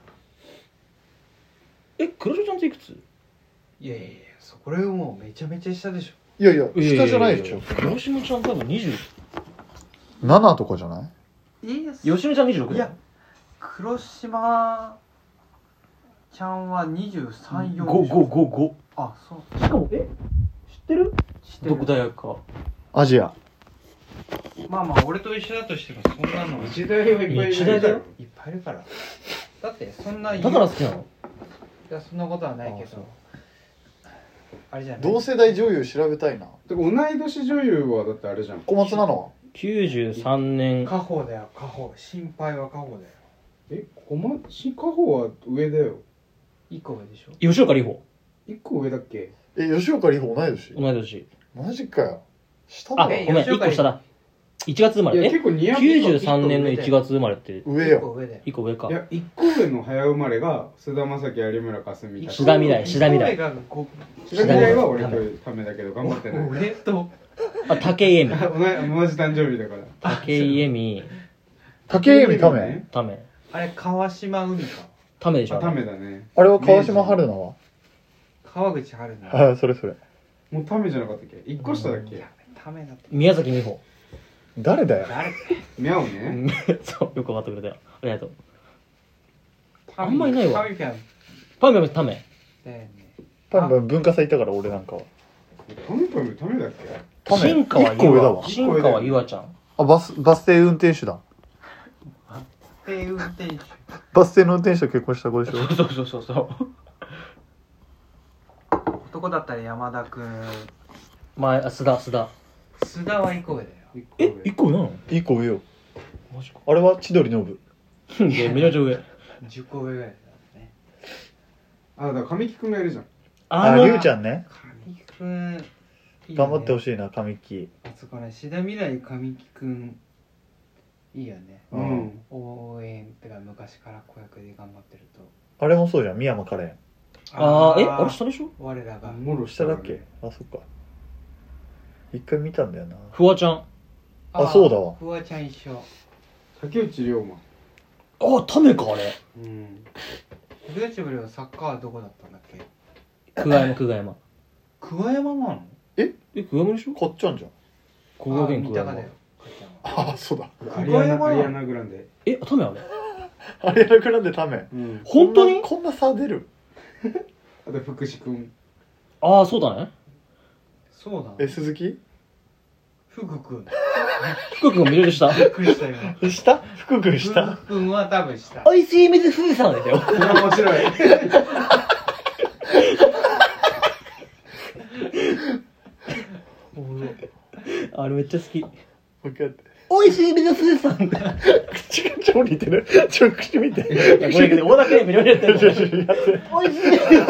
え、黒島ちゃんっていくつ？ いやいやいや、そこれもうめちゃめちゃ下でしょ。 いやいや下じゃないでしょ。 黒島ちゃん多分にじゅう。 ななとかじゃない？ いや、 吉根ちゃんにじゅうろくいや、黒島ちゃんはにじゅうさん、よんご、ご、ご、ご。 あ、そう。 しかも、え知ってる？ 知ってるどこ大学か。 アジア。 まあまあ、俺と一緒だとしてもそんなの日大はいっぱいいる日大だよ。 いっぱいいるから。だってそんなだから好きなの？ いや、そんなことはないけあそうど。あれじゃない。 同世代女優調べたいな。 てか同い年女優はだってあれじゃん。 小松菜奈はきゅうじゅうさんねん。 家宝だよ、家宝。心配は家宝だよ。 え、小松加穂は上だよ。 いっこ上でしょ。 吉岡里帆。 一個上だっけ？ え吉岡里帆同い年。 同い年。 マジかよ。下だあ、 ろ。 ごめん、 吉岡里帆いっこ下だ。いちがつ生まれ。 いやえ結構似合う。 きゅうじゅうさんねんのいちがつ生まれって上いっこよ。 上だよ。 いっこ上かい。や一個上の早生まれが菅田将暉、有村架純。 志田未来志田未来いっこ上がこ志田未来は俺とためだけど頑張ってない。 俺とあ、武井絵美。 同じ同じ誕生日だから。 武井絵美。 竹井絵美ため。 ため。 あれ川島海かためでしょ。 あ、ためだね。 あれは川島春奈は川口春奈。 あそれそれ。 もうためじゃなかったっけ？一個下だっけ？ ためだって宮崎美穂。 誰だよ。 誰ミャオね。 そう、よくわかってくれたよ。ありがとう。 ああんまいないわタミピャンパンパンため。 だよね。 多分文化祭行ったから俺なんかは。 タメタメタメだっけ？ ため新川一個上だわ。 新川優愛ちゃん。 あバスバス停運転手だ。 で運転手。 バス停の運転手と結婚した子でしょ。 そうそうそうそう。 男だったら山田君。 前、あ、須田、須田。 須田はいっこ上だよ。 一個え、 上。 一個上なの？ 一個上よ。 マジか。 あれは千鳥ノブ。 いや、めちゃめちゃ上。 じゅっこ上ぐらいだね。 あ、だから神木くんがいるじゃん。 あのりゅうちゃんね。 神木君。 頑張ってほい。 しいな神木。 あそこね、志田未来神木君。いいよね。 うん。 応援ってか昔から子役で頑張ってると。 あれもそうじゃん。宮間カレン。 あー、え、あれ下でしょ？ 我らが。 もろ下だっけ？あそっか。一回見たんだよな。 フワちゃん。 あそうだわフワちゃん一緒。 竹内涼真。 あ、ためか、あれ。 うん。 竹内部はサッカーはどこだったんだっけ？ 久我山、久我山。 桑山なの？ え、久我山でしょ？ かっちゃんじゃん。 久我山、久我山三鷹だよ。。 あそうだ。 アリアナ、アリアナグランデ。 え、ためあれ？ あれやらくなんでため。 うん。 本当に？ こんな差出る。 あと福士くん。 ああ、そうだね。 そうなの。 え鈴木？ 福君。 福君がめちゃめちゃ下。 びっくりしたよ。 下？福君下？ 福君は多分下。 おいしい水風さんですよ。 面白い。 あれめっちゃ好き。 分かって。 おいしい水風さん。 口がち超似てる。ちょ口見て。 いやこれ小田君無料でやってるからおいしい。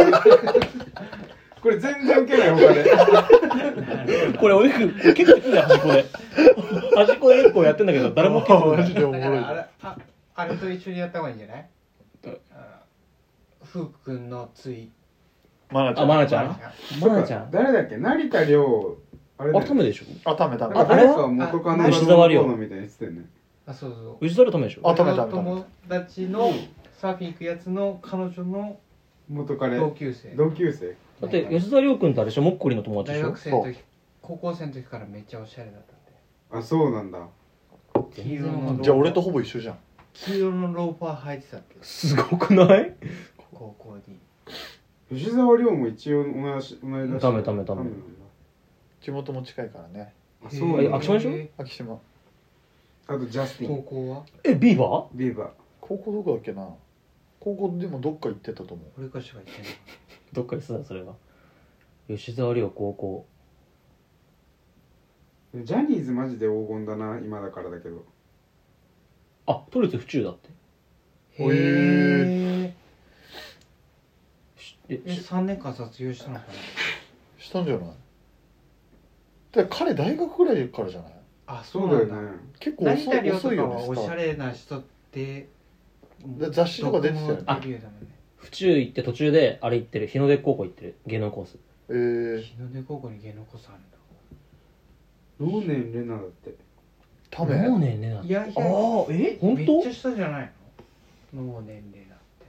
これ全然ウケない他で。 これ俺結構好きだよ端っこで端っこで結構やってんだけど誰も結構マジでおもろいだからあれああれと一緒にやった方がいいんじゃない？あふうくんのついマナちゃん。 あマナちゃんそうかマナちゃん誰だっけ成田凌あれだよあためでしょあ、ためため。 なんか誰か元カノが吉沢亮どうのみたいに言ってたよね。 あそうそう藤沢ためでしょあためためため。 友達のサーフィン行くやつの彼女の元彼同級生同級生だって吉沢亮君とあれでしょもっこりの友達で大しょ学生の時高校生の時からめっちゃおしゃれだったってあそうなんだ。 黄色のじゃあ俺とほぼ一緒じゃん。 黄色のローファー履いてたってすごくない高校に吉沢亮も一応同じ同い年。 ダメダメダメなんだ。 地元も近いからね。 あそうなんだ。 あ昭和でしょへ秋島。 あとジャステーィン高校はえビーバビーバー。 高校どこだっけな。高校でもどっか行ってたと思う。 俺かしか言ってないーどっかにすんだそれが吉沢亮高校ジャニーズマジで黄金だな今だからだけど。 あ都立府中だってへーええさんねんかん卒業したのかなしたんじゃない。だから彼大学ぐらいからじゃない。 あそうだよなんね。 結構遅成田凌とかい遅いよね。 はおしゃれな人ってだ雑誌とか出てたよねどこもデビューだもんね府中行って途中であれ行ってる日の出高校行ってる芸能コースえー、 日の出高校に芸能コースあるんだ能年レナだって。 ため。 もうねねいやいやああえ本当めっちゃ下じゃないの脳年齢だって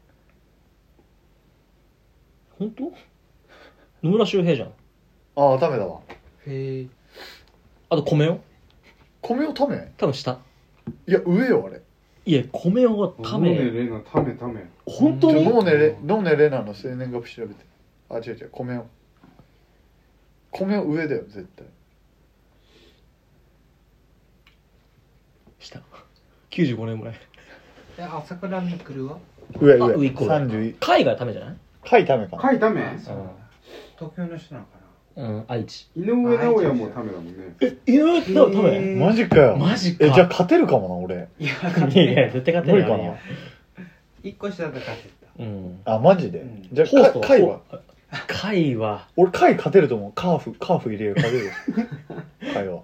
本当野村周平じゃんああ、ためだわ。 へえあと米代米をため。 多分下いや上よあれ。 いや米代はた能年めレナためため。 本当にじゃあノーネレノーネレナの生年月日調べて。あ違う違う米を。米を上だよ絶対。 下きゅうじゅうごねんぐらいえ朝倉未来は上あ上一個上三十。 海外ためじゃない貝ためかな。 甲斐ため。 あそうなんだ東京の人なのかうん愛知井上尚弥もためだもんね。 え井上のためえマジかよ。 マジかえじゃあ勝てるかもな俺。 ないやいやいや絶対勝てるよ無理かな。 一個下だったら勝てたうんあマジで。 うんじゃホーストあ貝は。 海は俺貝勝てると思う。カーフカーフ入れる勝てるよ。貝は。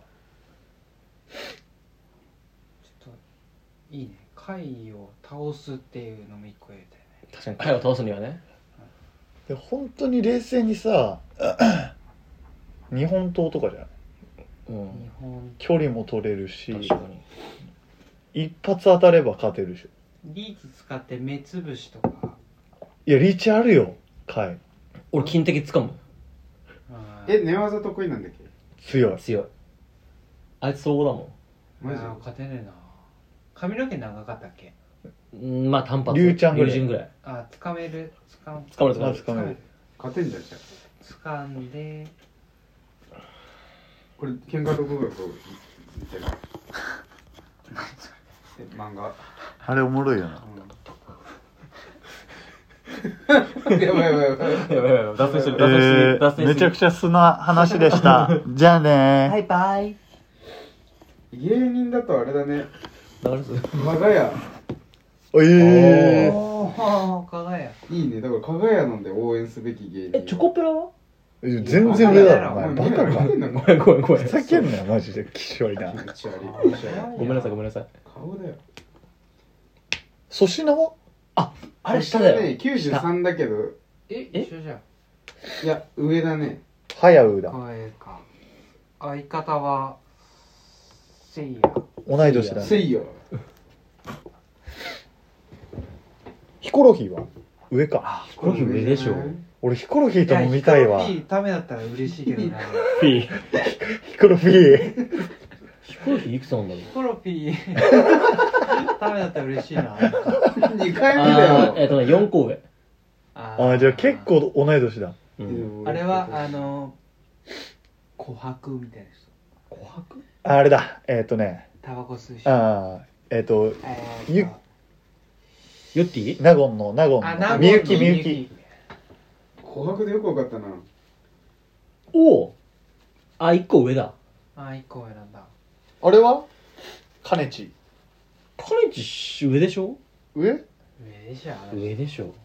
ちょっといいね貝を倒すっていうのも一個やりたいね確かに海を倒すにはねで本当に冷静にさ日本刀とかじゃない。 うん日本距離も取れるし確かに一発当たれば勝てるでしょ。 リーチ使って目つぶしとかいやリーチあるよ貝。 俺金敵掴むあーえ寝技得意なんだっけ。 強い。 強いあいつ総合だもマジあー勝てねえな髪の毛長かったっけんうんまあ単発龍ちゃんぐらい龍神ぐらいあつかめるつか掴まれたまず掴める。 勝てんじゃんじゃん。 つかんでこれ喧嘩独学を見てる。え漫画。 あれおもろいよな。 うん、やばいやばいやばい。 やばいやばいやばい脱線してるえ脱線してる脱ー、 線してるめちゃくちゃ素な話でした。じゃあねー。 イバイ芸人だとあれだね。 流れす加賀屋。 えー、 おおかがやいいね。だから加賀屋なんで応援すべき芸人。 えチョコプラはえ全然上だろお前お前バカか。 見てんのごめんごめんごめんふざけんなよマジできしょいな。 気持ち悪い。気持ち悪いごめんなさいごめんなさい顔だよ。 粗品は。 あれ下だよね、きゅうじゅうさんだけど、 ええ一緒じゃんいや、上だね。 はやうだ。 声か相方はせいや同い年だね。 せいや。 ヒコロヒーは上か。 ヒコロヒー上でしょ俺ヒコロヒーとも見たいわ。 ヒコロヒーためだったら嬉しいけどなフィーヒコロヒー。 ヒコロヒーいくつなんだろうヒコロヒーためだったら嬉しいなにかいめだよ。 あーえっとねよんこ上ああーじゃあ結構同い年だ。 うんあれはあの琥珀みたいな人琥珀ああれだ。えっ、ー、とね。 タバコ吸う人ああえっ、ー、とえゆーとヨッティ納言の納言あ名のみゆきみゆみき。 琥珀でよくわかったな。 おおあいっこ上だあ一個選んだあれはかねち。 カネチ上でしょ。 上上でしょあの上でしょ。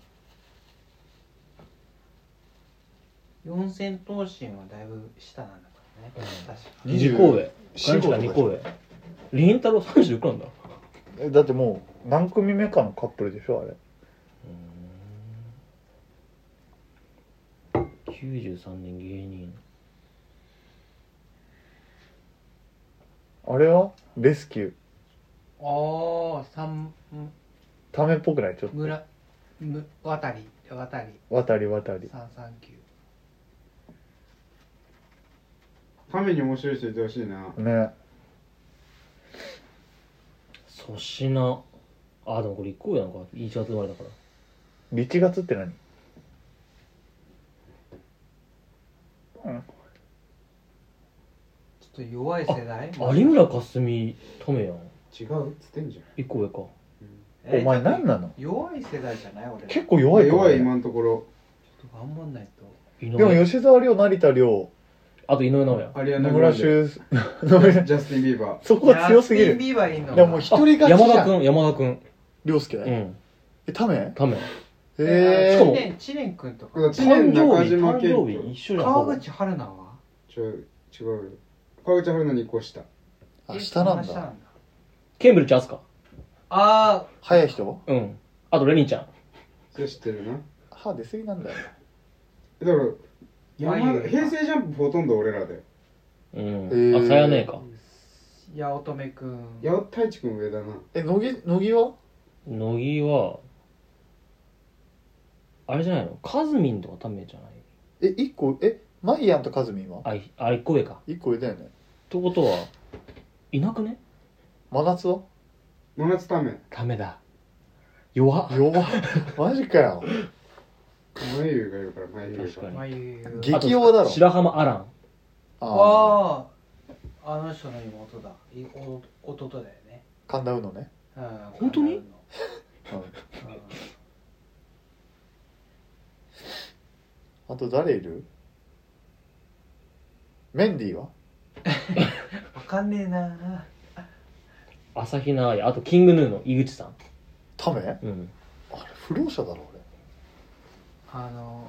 四千頭身はだいぶ下なんだからね、 うん確かにこ上。カネチがににこ上。りんたろーさんじゅうろくなんだ。 えだってもう何組目かのカップルでしょあれ。 きゅうじゅうさんねん芸人。 あれはレスキューああ三ためっぽくないちょっと村む渡り渡り渡り渡り三三九ために面白い人いてほしいな。 ね。 粗品。あ、でもこれいっこ上なのか。いちがつ生まれだから。 いちがつって何？うんちょっと弱い世代有村架純ためやん。 違うっつってんじゃん。 いっこ上か。 お前何なの？ 弱い世代じゃない俺結構弱いかもね弱い今のところ。 ちょっと頑張んないと。 井上でも吉沢亮成田亮あと井上尚弥。 アリアナ・野グランデ村修ジャスティン・ビーバー。 そこが強すぎジャスティンる。 ビーバーいいのでももう一人勝ちじゃん。 山田君、山田君。 亮介だよ。 うん。 えため？ ため。 へえ。 しかも知念知念君とかだから知念中誕島健生日一緒じゃん。 川口春奈は違う違うよ。川口春奈にこうした。 あえ下なんだ。 そ下なんだケンブリッジアスカ。 あ早い人？ うん。あとレニーちゃん。 それ知ってるな。 歯出過ぎなんだよ。 だから山眉毛平成ジャンプほとんど俺らで。 うん。 へーあ、さやねえか。 ー八乙女君八尾太一君上だな。 え乃木乃木は？ 乃木は、あれじゃないのカズミンとかためじゃないえ一個えマイヤンとカズミンは？ あ、いあ、一個上か。 一個上だよね。 ってことは、いなくね真夏は？ 真夏ため。 ダメだ。弱っ。 弱っマジかよ。 前優がいるから前優が。 確かに眉激弱だろ。 白浜アラン。 ああああの人の妹だいお弟だよねあ神田うのね。 うん本当にうんあと誰いる？メンディーは？ わかんねえな朝比奈彩。あとキングヌーの井口さん。 タメ？ うん。 あれ不老者だろあの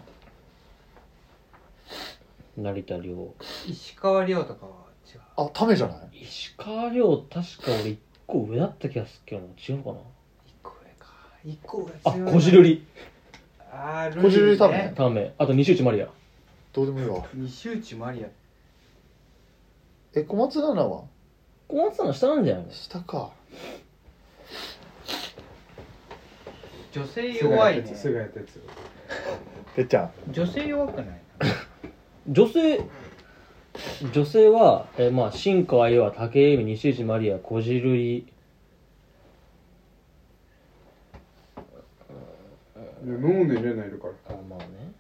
成田凌。 石川遼とかは違う俺。あタメじゃない？ 石川遼、確か俺一個上だった気がするけどな。違うかな。 一個上か一個上あ、 強いなこじるり。 あーこじるり多分ねため。あと西内まりや。 どうでもいいわ。 西内まりやえ小松菜奈は？ 小松さんの下なんじゃないの下か。 女性弱いねすぐやったやつ。 てっちゃん。 女性弱くない女性、女性は、えーまあ、新川優愛、竹井絵美、西内まりや、こじるり。 飲むの入れないるから。 あ、まあね。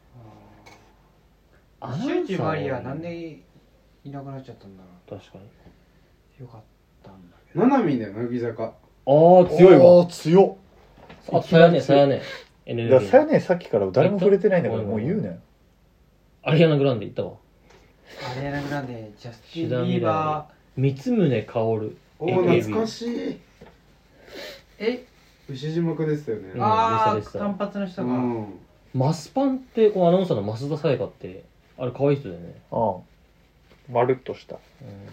西内まりやなんでいなくなっちゃったんだろ確かに。 うよかったんだけどななみんだよ乃木坂。 ああ、強いわ。 あー強っ。 あと、さやね、さやね。 いやさやエヌエルビー。 ねさっきから誰も触れてないんだからもう言うねん。 アリアナ・グランデ行ったわ。 アリアナ・グランデジャスティン・ビーバ三宗薫。 おお懐かしい。 ーえ牛島くんですよね。 うんあでしたでしたあ単発の人が、 うん。 マスパンってこのアナウンサーの増田さやかってあれ可愛い人だよね。 ああまるっとした。 うん、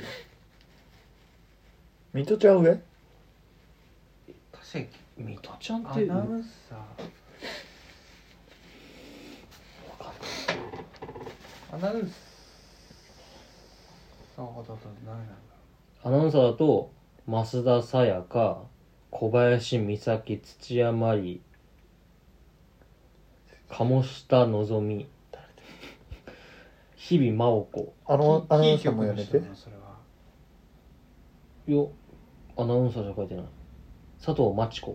ミトちゃん上？ 確かにミトちゃんっアてナウンサーアナウンサーだと何なんだアナウンサーだと増田さやか、小林美咲、土屋真理、鴨下のぞみ、日々真央子。 あのキーアナウンサーもやめてキー局の。人なのそれはよ、アナウンサーじゃ書いてない。佐藤真知子。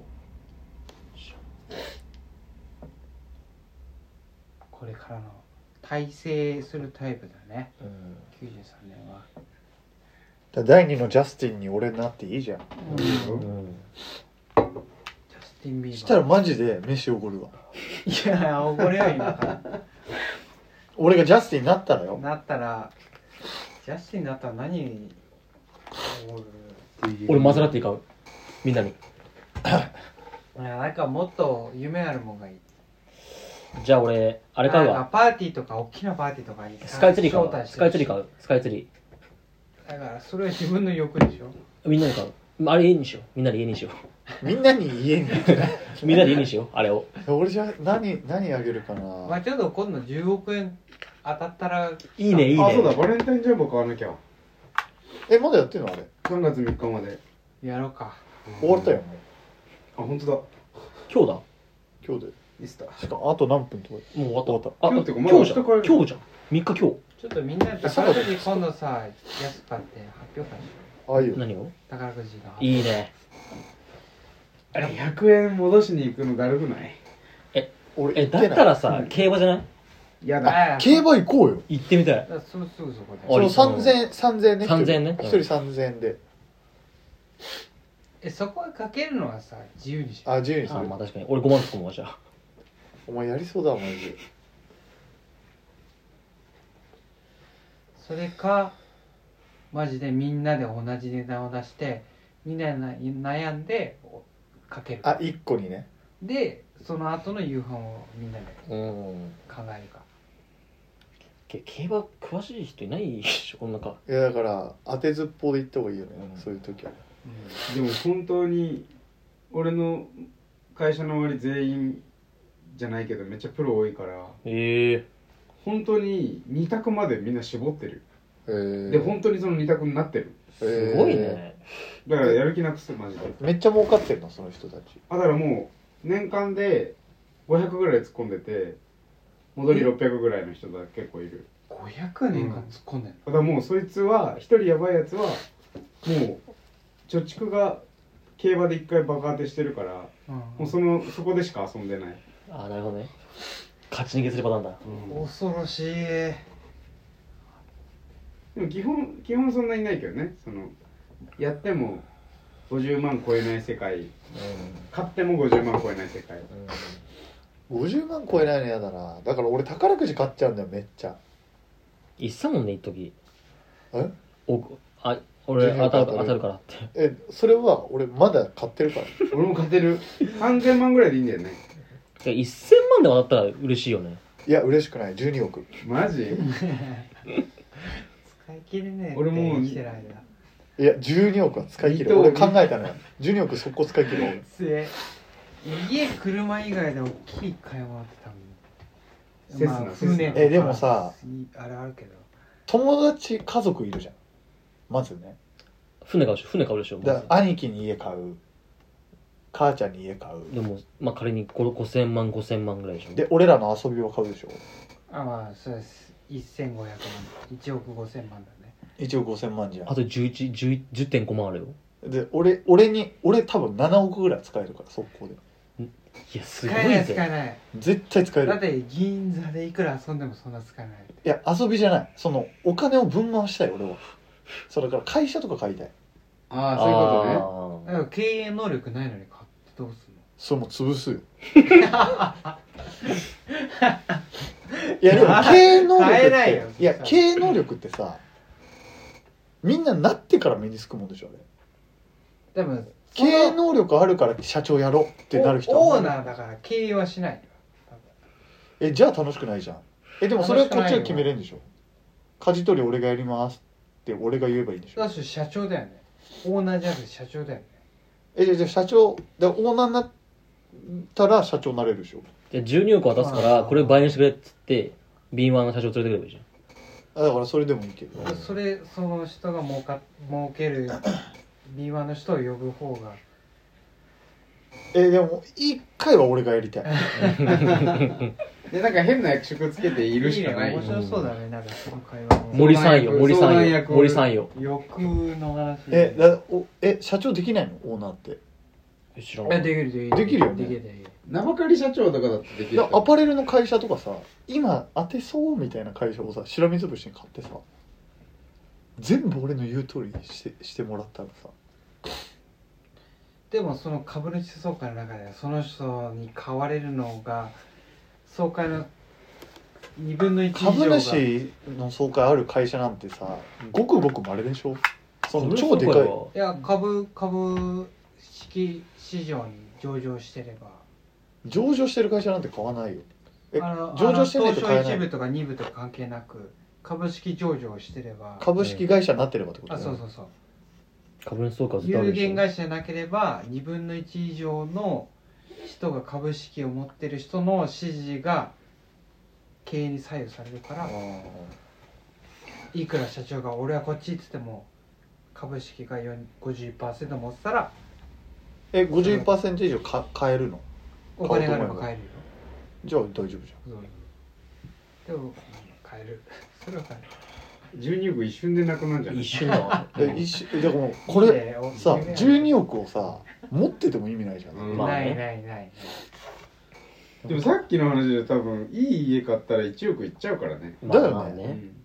これからの大成するタイプだねうん、 きゅうじゅうさんねんはだ第二のジャスティンに俺になっていいじゃん。 うん、 ジャスティン・ビーバーしたらマジで飯おごるわ。 いやおごれよ今から俺がジャスティンになったらよ。 なったらジャスティンになったら何におごる俺マセラティ買う。みんなに。 なんかもっと夢あるもんがいい。 じゃあ俺あれ買うわ。 なんかパーティーとか大きなパーティーとかにスカイツリー買う招待してわスカイツリー買うスカイツリだからそれは自分の欲でしょ。 ーみんなで買う。あれ家にしよう。みんなで家にしよみんなに家にう。みんなで家にしようあれを。 俺じゃ何何あげるかな。 まあちょっと今度じゅうおくえん当たったらいいねいいね。 あ、そうだ、バレンタインジャンボ買わなきゃ。 えまだやってんのあれ。 さんがつみっかまで。 やろうか。 終わったよもあ、本当だ。 今日だ。 う今日で。 ミスター。 しかもあと何分とか。 もう終わった終わったあ今日ってかまだ今日じゃん明日帰る今日じゃんみっか今日。 ちょっとみんなで宝くじ今度さ安かって発表会しよああいう。 何をう。宝くじがいいね。 あれ、ひゃくえん戻しに行くのだるくない？ 俺えだっ行ってないたらさ競馬じゃない？ やだ。 あ競馬行こうよ。 行ってみたい。 だからそのすぐそこであれそのさんぜんえんさんぜんえんね。 さんぜんえんね一人さんぜんえんで。 えそこへかけるのはさ自由にしよう。 あ自由にするあまあ。確かに俺ごまんつくもんわじゃあ。 お前やりそうだマジで。 それかマジでみんなで同じ値段を出してみんなでな悩んでかけるあ一個にね。 でその後の夕飯をみんなでうん。 考えるか。 け競馬詳しい人いないでしょこんなか。 いやだから当てずっぽうで行った方がいいよね、 うんそういう時は。 でも本当に俺の会社の周り全員じゃないけどめっちゃプロ多いからええ本当にに択までみんな絞ってる。 えー、 で本当にそのに択になってる。 すごいね。 だからやる気なくすマジで。 めっちゃ儲かってるのその人たち。 あ、だからもう年間でごひゃくぐらい突っ込んでて戻りろっぴゃくぐらいの人が結構いる。 ごひゃくねんかん突っ込んでんの、 だからもうそいつは一人やばいやつはもう貯蓄が競馬で一回爆当てしてるからうんもうそのそこでしか遊んでない。 ああなるほどね。勝ち逃げするパターンだ。 恐ろしい。 でも基本基本そんなにないけどね。そのやってもごじゅうまん超えない世界、 う買ってもごじゅうまん超えない世界。 ん。 ごじゅうまん超えないの嫌だな。だから俺宝くじ買っちゃうんだよめっちゃ。 いっさもんね一時。 えおあ俺当たる当たる当たるからって。 えそれは俺まだ買ってるから。 俺も買ってる。さんぜんまんぐらいでいいんだよね。 いっせんまんで当たったら嬉しいよね。 いや嬉しくないじゅうにおく。 マジ？ 使い切れねえって俺もう生きてる間いやじゅうにおくは使い切る。 二等俺考えたのよ。じゅうにおく速攻使い切る俺。 つえ家車以外で大きい買い物って多分セスナまあセスナ船とかえでもさあれあるけど友達家族いるじゃんまずね。 船買うでしょ船買うでしょ。まずだから兄貴に家買う母ちゃんに家買うでもまあ仮にごせんまんごせんまんぐらいでしょ。 で俺らの遊びを買うでしょ。 あまあそうですせんごひゃくまんいちおくごせんまんだね。 いちおくごせんまんじゃん。 あとじゅういち、じゅう、じゅってんごまんあるよ。 で俺俺に俺多分ななおくぐらい使えるから速攻で。 いやすご使えないいぜ。 使えない。 絶対使える。 だって銀座でいくら遊んでもそんな使えない。 いや遊びじゃないそのお金を分回したい俺は。そうだから会社とか買いたい。 ああ、そういうことね。 だから経営能力ないのに買ってどうすんの。 それもう潰すよ。いやでも経営能力っ買えないよていや経営能力ってさみんななってから身につくもんでしょあれ。 でも経営能力あるから社長やろうってなる人オーはナーだから経営はしないよ。 えじゃあ楽しくないじゃん。えでもそれはこっちが決めれるんでしょ。舵取り俺がやりますって俺が言えばいいんでしょ。 だし社長だよね。オーナーじゃなくて社長だよね。 えじゃあじゃあ社長でオーナーになったら社長になれるでしょ。 じゃあじゅうにおく渡すからこれ倍にしてくれっつって敏腕の社長連れてくればいいじゃん。 あだからそれでもいいけど。 それその人が儲か儲ける ビーワン の人を呼ぶ方がえでも一回は俺がやりたい。 でなんか変な役職つけているしかない。 いいね面白そうだね。なんかその会話も森さんよ森さんよ相談役森さんよ。 欲の話。 えだおえ社長できないのオーナーって。 知らない。 えできるできるできるよねできるできる。 名ばかり社長とかだってできるだアパレルの会社とかさ今当てそうみたいな会社をさしらみつぶしに買ってさ全部俺の言う通りにしてしてもらったらさ。 でもその株主総会の中でその人に買われるのが総会のにぶんのいち以上が株主の総会ある会社なんてさごくごく稀でしょ。その超でかい。 いや株株式市場に上場してれば上場してる会社なんて買わないよ。えあの上場してないと買えない。 あの東証一部とか二部とか関係なく株式上場してれば株式会社になってればってことあね。 そうそうそう株主総会は絶対ある有でしょ限会社じゃなければにぶんのいち以上の人が株式を持ってる人の支持が経営に左右されるからあいくら社長が俺はこっちって言っても株式がごじゅういちパーセント持ってたらーえ ごじゅういちパーセント 以上か買えるの？ お金があれば買えるよじゃあ大丈夫じでも買えるそれは買えるじゅうにおく一瞬でなくなるんじゃない？ 一瞬だわゃん。え一緒だからもうこれさじゅうにおくをさ持ってても意味ないじゃん。 うんまあねないないないでもさっきの話で多分いい家買ったらいちおくいっちゃうからね。 だよねまあまあうん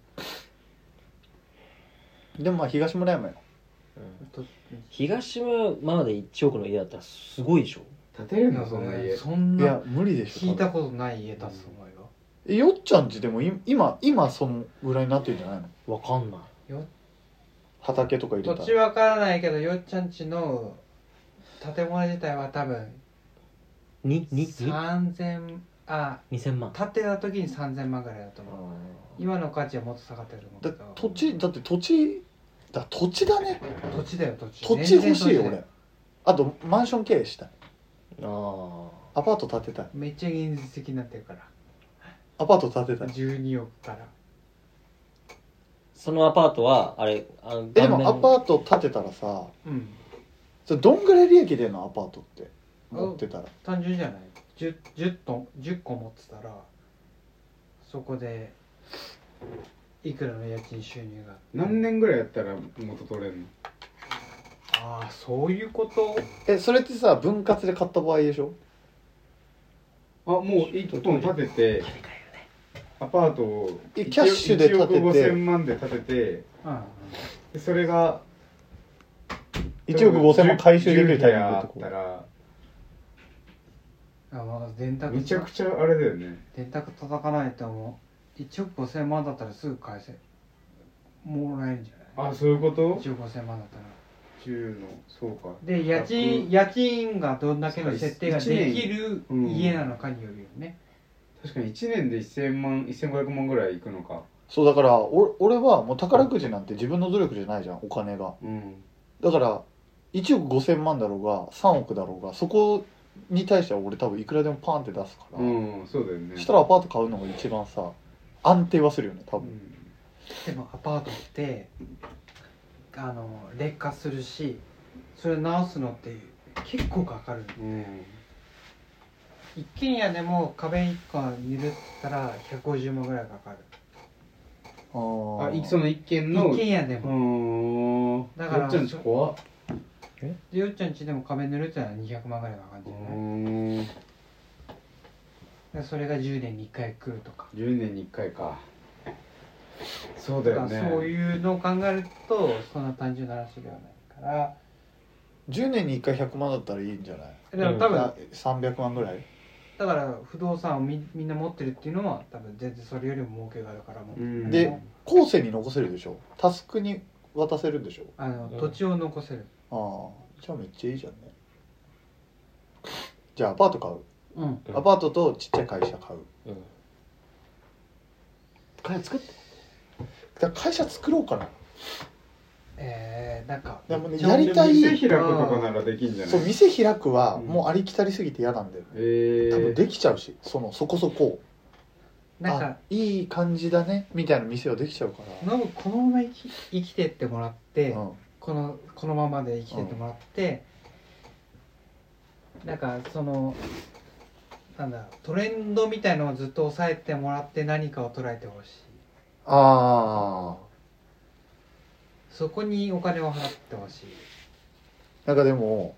でもまあ東村山よ。 うん東村までいちおくの家だったらすごいでしょ。 建てるのそんな家。 そんいやな無理でしょ。 聞いたことない家建つと思うよえよっちゃんちでもい今今そのぐらいになってるんじゃないの？ わかんないよ畑とか入れ土たら。 地わからないけどよっちゃんちの建物自体は多分にににさんぜんあにせんまん。 建てた時にさんぜんまんぐらいだと思う今の価値はもっと下がってると思うけだど土地だって土地だ土地だね。 土地だよ土地土地欲しいよ全然土地だ俺。あとマンション経営したい。 ああアパート建てたい。 めっちゃ現実的になってるからアパート建てたい。 じゅうにおくからそのアパートはあれあのえでも顔面アパート建てたらさうんそれどんぐらい利益出るのアパートって持ってたら。 単純じゃない 10, 10, トンじゅっこ持ってたらそこでいくらの家賃収入が何年ぐらいやったら元取れるの？ ああそういうことえそれってさ分割で買った場合でしょ？ あもういっぽん建ててアパートをえキャッシュで建てていちおくごせんまんで建ててうんでそれがいちおくごせんまん回収できるタイミングあってことったらあまあ電卓めちゃくちゃあれだよね。 電卓叩かないと思ういちおくごせんまんだったらすぐ返せもらえるんじゃないあそういうこといちおくごせんまんだったらじゅうのそうかで家賃家賃がどんだけの設定ができるうん家なのかによるよね、 確かにいちねんでせんまんせんごひゃくまんぐらいいくのか。 そうだからお俺はもう宝くじなんて自分の努力じゃないじゃんお金が。 うんだからいちおくごせんまんだろうがさんおくだろうがそこに対しては俺多分いくらでもパンって出すから、 うんそうだよね。 そしたらアパート買うのが一番さ安定はするよね多分。 うんでもアパートってあの劣化するしそれ直すのって結構かかるうん一軒家でも壁いっこ塗ったらひゃくごじゅうまんぐらいかかるあーあいその一軒の一軒家でうも、 んだからよっちゃんち怖っ。 でよっちゃん家でも壁塗るってのはにひゃくまんぐらいかかるんじゃうない、 んでそれがじゅうねんにいっかい来るとかじゅうねんにいっかいか。そうだよね。 だからそういうのを考えるとそんな単純な話ではないからじゅうねんにいっかいひゃくまんだったらいいんじゃない？ でも多分、 あさんびゃくまんぐらい？ だから不動産をみみんな持ってるっていうのは多分全然それよりも儲けがあるからも、 うんで後世に残せるでしょ？タスクに渡せるんでしょ？ あのうん土地を残せる、 ああじゃあめっちゃいいじゃんね。じゃあアパート買う。 うん、 うんアパートとちっちゃい会社買う。 うん会社作ってだから会社作ろうかな。 えー、なんかでもねちゃやりたい店開くとかならできんじゃない？ そう店開くはうんもうありきたりすぎて嫌なんだよね。 えー、 多分できちゃうし、そのそこそこなんかあいい感じだねみたいな店はできちゃうから。 ノブこのまま生き生きてってもらって、 うんこのこのままで生きてってもらって、なんかそのなんだトレンドみたいのをずっと抑えてもらって何かを捉えてほしいああそこにお金を払ってほしいなんかでも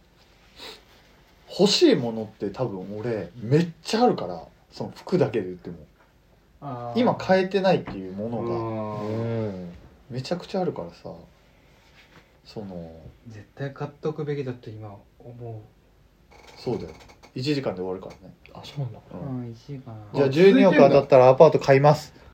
欲しいものって多分俺めっちゃあるから、その服だけで言ってもあー今買えてないっていうもうのがうんめちゃくちゃあるからさ、その絶対買っとくべきだと今思そうだよいちじかんで終わるからね、 あそうなんだうう、うんん、いちいかなじゃあじゅうにおく当たったらアパート買います。